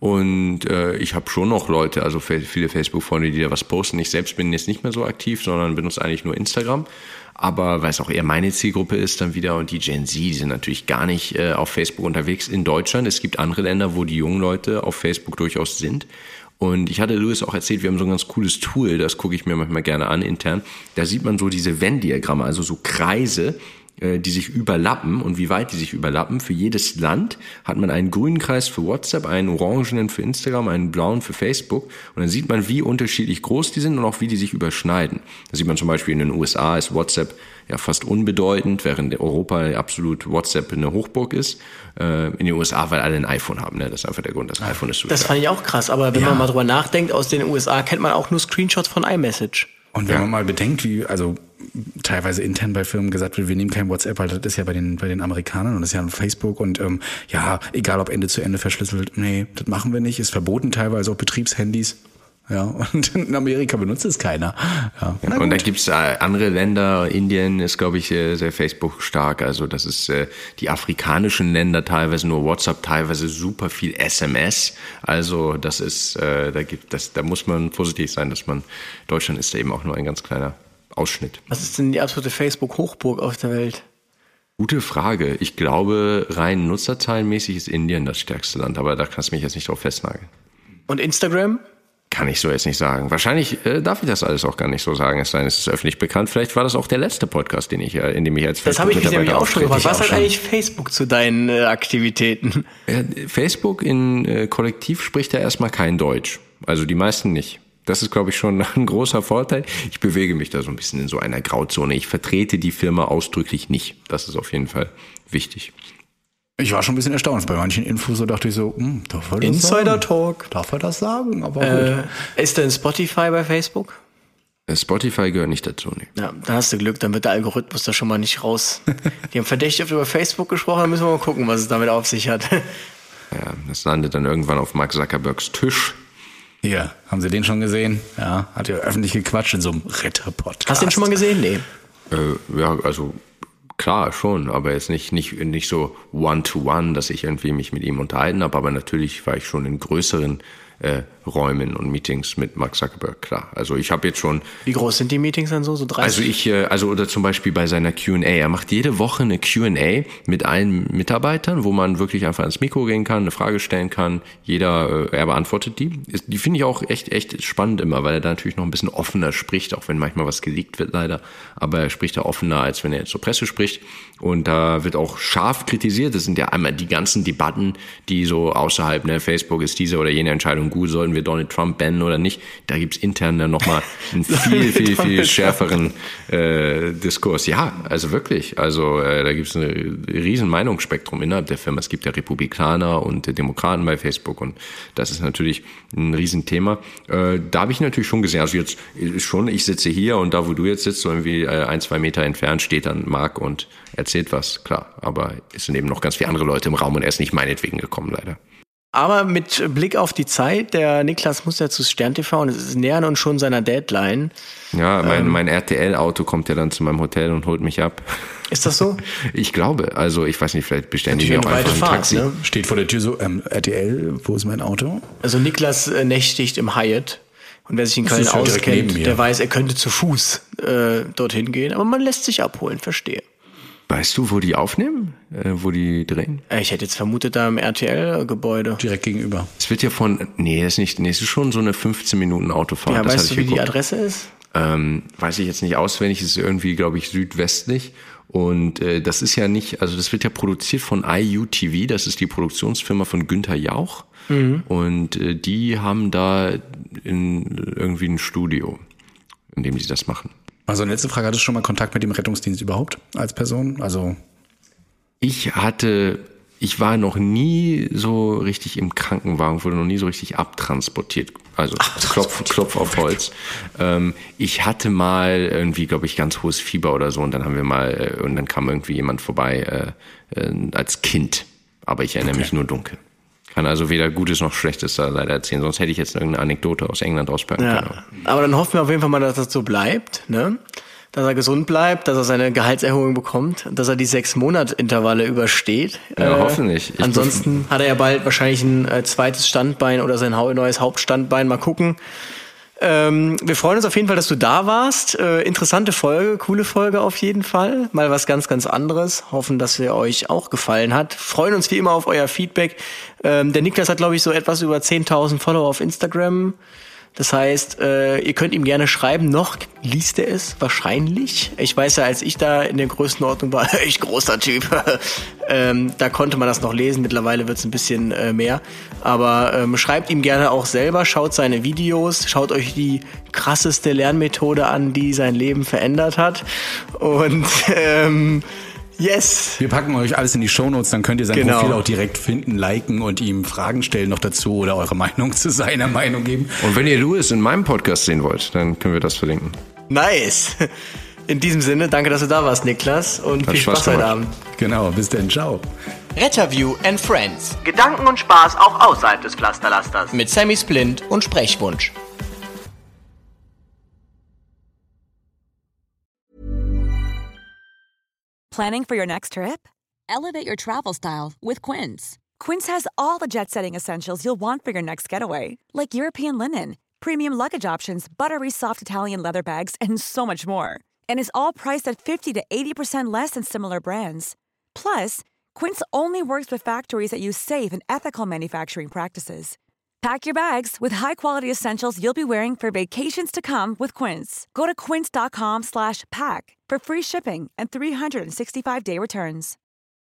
und äh, ich habe schon noch Leute, also viele Facebook-Freunde, die da was posten. Ich selbst bin jetzt nicht mehr so aktiv, sondern benutze eigentlich nur Instagram. Aber weil es auch eher meine Zielgruppe ist dann wieder und die Gen Z, die sind natürlich gar nicht äh, auf Facebook unterwegs in Deutschland. Es gibt andere Länder, wo die jungen Leute auf Facebook durchaus sind. Und ich hatte Louis auch erzählt, wir haben so ein ganz cooles Tool, das gucke ich mir manchmal gerne an intern. Da sieht man so diese Venn-Diagramme, also so Kreise, die sich überlappen und wie weit die sich überlappen. Für jedes Land hat man einen grünen Kreis für WhatsApp, einen orangenen für Instagram, einen blauen für Facebook und dann sieht man, wie unterschiedlich groß die sind und auch wie die sich überschneiden. Da sieht man zum Beispiel in den U S A ist WhatsApp ja fast unbedeutend, während in Europa absolut WhatsApp eine Hochburg ist. In den U S A, weil alle ein iPhone haben, ne? Das ist einfach der Grund, das iPhone ist so Das stark. fand ich auch krass, aber wenn ja. man mal drüber nachdenkt, aus den U S A kennt man auch nur Screenshots von iMessage. Und wenn ja. man mal bedenkt, wie, also teilweise intern bei Firmen gesagt wird, wir nehmen kein WhatsApp, weil das ist ja bei den bei den Amerikanern und das ist ja ein Facebook und ähm, ja, egal ob Ende zu Ende verschlüsselt, nee, das machen wir nicht, ist verboten teilweise auch Betriebshandys. Ja, und in Amerika benutzt es keiner. Ja. Ja, und dann gibt's äh, andere Länder, Indien ist, glaube ich, äh, sehr Facebook stark. Also das ist äh, die afrikanischen Länder teilweise nur WhatsApp, teilweise super viel S M S. Also das ist, äh, da gibt das, da muss man vorsichtig sein, dass man, Deutschland ist da eben auch nur ein ganz kleiner Ausschnitt. Was ist denn die absolute Facebook-Hochburg auf der Welt? Gute Frage. Ich glaube, rein nutzerzahlenmäßig ist Indien das stärkste Land, aber da kannst du mich jetzt nicht drauf festnageln. Und Instagram? Kann ich so jetzt nicht sagen. Wahrscheinlich äh, darf ich das alles auch gar nicht so sagen, es sei denn, es ist öffentlich bekannt. Vielleicht war das auch der letzte Podcast, den ich, äh, in dem ich als Das habe ich mich nämlich auch schon gefragt. Was hat schon. eigentlich Facebook zu deinen äh, Aktivitäten? Ja, Facebook in äh, Kollektiv spricht ja erstmal kein Deutsch. Also die meisten nicht. Das ist, glaube ich, schon ein großer Vorteil. Ich bewege mich da so ein bisschen in so einer Grauzone. Ich vertrete die Firma ausdrücklich nicht. Das ist auf jeden Fall wichtig. Ich war schon ein bisschen erstaunt. Bei manchen Infos so dachte ich so, hm, darf er das Insider sagen? Talk. Darf er das sagen? Aber äh, gut. Ist denn Spotify bei Facebook? Spotify gehört nicht dazu, ne. Ja, da hast du Glück, dann wird der Algorithmus da schon mal nicht raus. Die haben verdächtig oft über Facebook gesprochen, dann müssen wir mal gucken, was es damit auf sich hat. Ja, das landet dann irgendwann auf Mark Zuckerbergs Tisch. Hier, haben Sie den schon gesehen? Ja, hat ja öffentlich gequatscht in so einem Retter-Podcast. Hast du den schon mal gesehen? Nee. Äh, ja, also klar schon, aber jetzt nicht nicht nicht so one-to-one, dass ich irgendwie mich mit ihm unterhalten habe, aber natürlich war ich schon in größeren äh, Räumen und Meetings mit Mark Zuckerberg, klar. Also ich habe jetzt schon... Wie groß sind die Meetings dann so? So dreißig? Also ich, äh, also oder zum Beispiel bei seiner Q und A. Er macht jede Woche eine Q und A mit allen Mitarbeitern, wo man wirklich einfach ans Mikro gehen kann, eine Frage stellen kann. Jeder, äh, er beantwortet die. Die finde ich auch echt, echt spannend immer, weil er da natürlich noch ein bisschen offener spricht, auch wenn manchmal was geleakt wird leider. Aber er spricht da offener, als wenn er jetzt zur Presse spricht. Und da wird auch scharf kritisiert. Das sind ja einmal die ganzen Debatten, die so außerhalb, ne, Facebook ist diese oder jene Entscheidung und gut, sollten wir Donald Trump bannen oder nicht. Da gibt's intern dann nochmal einen viel, viel, viel schärferen äh, Diskurs. Ja, also wirklich. Also äh, da gibt's ein riesen Meinungsspektrum innerhalb der Firma. Es gibt ja Republikaner und äh, Demokraten bei Facebook und das ist natürlich ein Riesenthema. Äh, da habe ich natürlich schon gesehen, also jetzt schon, ich sitze hier und da, wo du jetzt sitzt, so irgendwie äh, ein, zwei Meter entfernt steht dann Marc und erzählt was, klar. Aber es sind eben noch ganz viele andere Leute im Raum und er ist nicht meinetwegen gekommen, leider. Aber mit Blick auf die Zeit, der Niklas muss ja zu Stern T V und es nähern uns schon seiner Deadline. Ja, mein, ähm, mein R T L-Auto kommt ja dann zu meinem Hotel und holt mich ab. Ist das so? Ich glaube, also ich weiß nicht, vielleicht bestellen die mir auch einfach ein Fahrt, Taxi. ne? Steht vor der Tür so, ähm, R T L, wo ist mein Auto? Also Niklas äh, nächtigt im Hyatt. Und wer sich in Das Köln ist ja direkt neben auskennt, mir. der weiß, er könnte zu Fuß äh, dorthin gehen. Aber man lässt sich abholen, verstehe. Weißt du, wo die aufnehmen? Äh, wo die drehen? Äh, Ich hätte jetzt vermutet, da im R T L-Gebäude. Direkt gegenüber. Es wird ja von, nee, das ist nicht, nee, es ist schon so eine fünfzehn Minuten Autofahrt. Ja, das weißt hatte du, ich wie die geguckt. Adresse ist? Ähm, weiß ich jetzt nicht auswendig, es ist irgendwie, glaube ich, südwestlich. Und äh, das ist ja nicht, also das wird ja produziert von I U T V, das ist die Produktionsfirma von Günther Jauch. Mhm. Und äh, die haben da in irgendwie ein Studio, in dem sie das machen. Also letzte Frage, hattest du schon mal Kontakt mit dem Rettungsdienst überhaupt als Person? Also Ich hatte, ich war noch nie so richtig im Krankenwagen, wurde noch nie so richtig abtransportiert. Also Klopf, Klopf auf Holz. Ähm, ich hatte mal irgendwie, glaube ich, ganz hohes Fieber oder so und dann haben wir mal, äh, und dann kam irgendwie jemand vorbei äh, äh, als Kind. Aber ich erinnere Okay. mich nur dunkel. Kann also weder Gutes noch Schlechtes da leider erzählen, sonst hätte ich jetzt irgendeine Anekdote aus England auspacken können. Ja. Aber dann hoffen wir auf jeden Fall mal, dass das so bleibt, ne? Dass er gesund bleibt, dass er seine Gehaltserhöhung bekommt, dass er die sechs Monat-Intervalle übersteht. Ja, hoffentlich. Ich Ansonsten hat er ja bald wahrscheinlich ein äh, zweites Standbein oder sein hau- neues Hauptstandbein. Mal gucken. Ähm, wir freuen uns auf jeden Fall, dass du da warst. Äh, interessante Folge, coole Folge auf jeden Fall. Mal was ganz, ganz anderes. Hoffen, dass er euch auch gefallen hat. Freuen uns wie immer auf euer Feedback. Ähm, der Niklas hat, glaube ich, so etwas über zehntausend Follower auf Instagram. Das heißt, äh, ihr könnt ihm gerne schreiben. Noch liest er es wahrscheinlich. Ich weiß ja, als ich da in der Größenordnung war, echt großer Typ, ähm, da konnte man das noch lesen. Mittlerweile wird es ein bisschen äh, mehr. Aber ähm, schreibt ihm gerne auch selber, schaut seine Videos, schaut euch die krasseste Lernmethode an, die sein Leben verändert hat. Und ähm, yes! wir packen euch alles in die Shownotes, dann könnt ihr sein Genau. Profil auch direkt finden, liken und ihm Fragen stellen noch dazu oder eure Meinung zu seiner Meinung geben. Und wenn ihr Louis in meinem Podcast sehen wollt, dann können wir das verlinken. Nice! In diesem Sinne, danke, dass du da warst, Niklas. Und Hat viel Spaß Spaß heute gemacht. Abend. Genau, bis dann, ciao. Retterview and Friends Gedanken und Spaß auch außerhalb des Pflasterlasters. mit Sammy Splint und Sprechwunsch. Planning for your next trip? Elevate your travel style with Quince. Quince has all the jet-setting essentials you'll want for your next getaway, like European linen, premium luggage options, buttery soft Italian leather bags, and so much more. And is all priced at fifty to eighty percent less than similar brands. Plus, Quince only works with factories that use safe and ethical manufacturing practices. Pack your bags with high-quality essentials you'll be wearing for vacations to come with Quince. Go to quince.com slash pack for free shipping and three sixty-five day returns.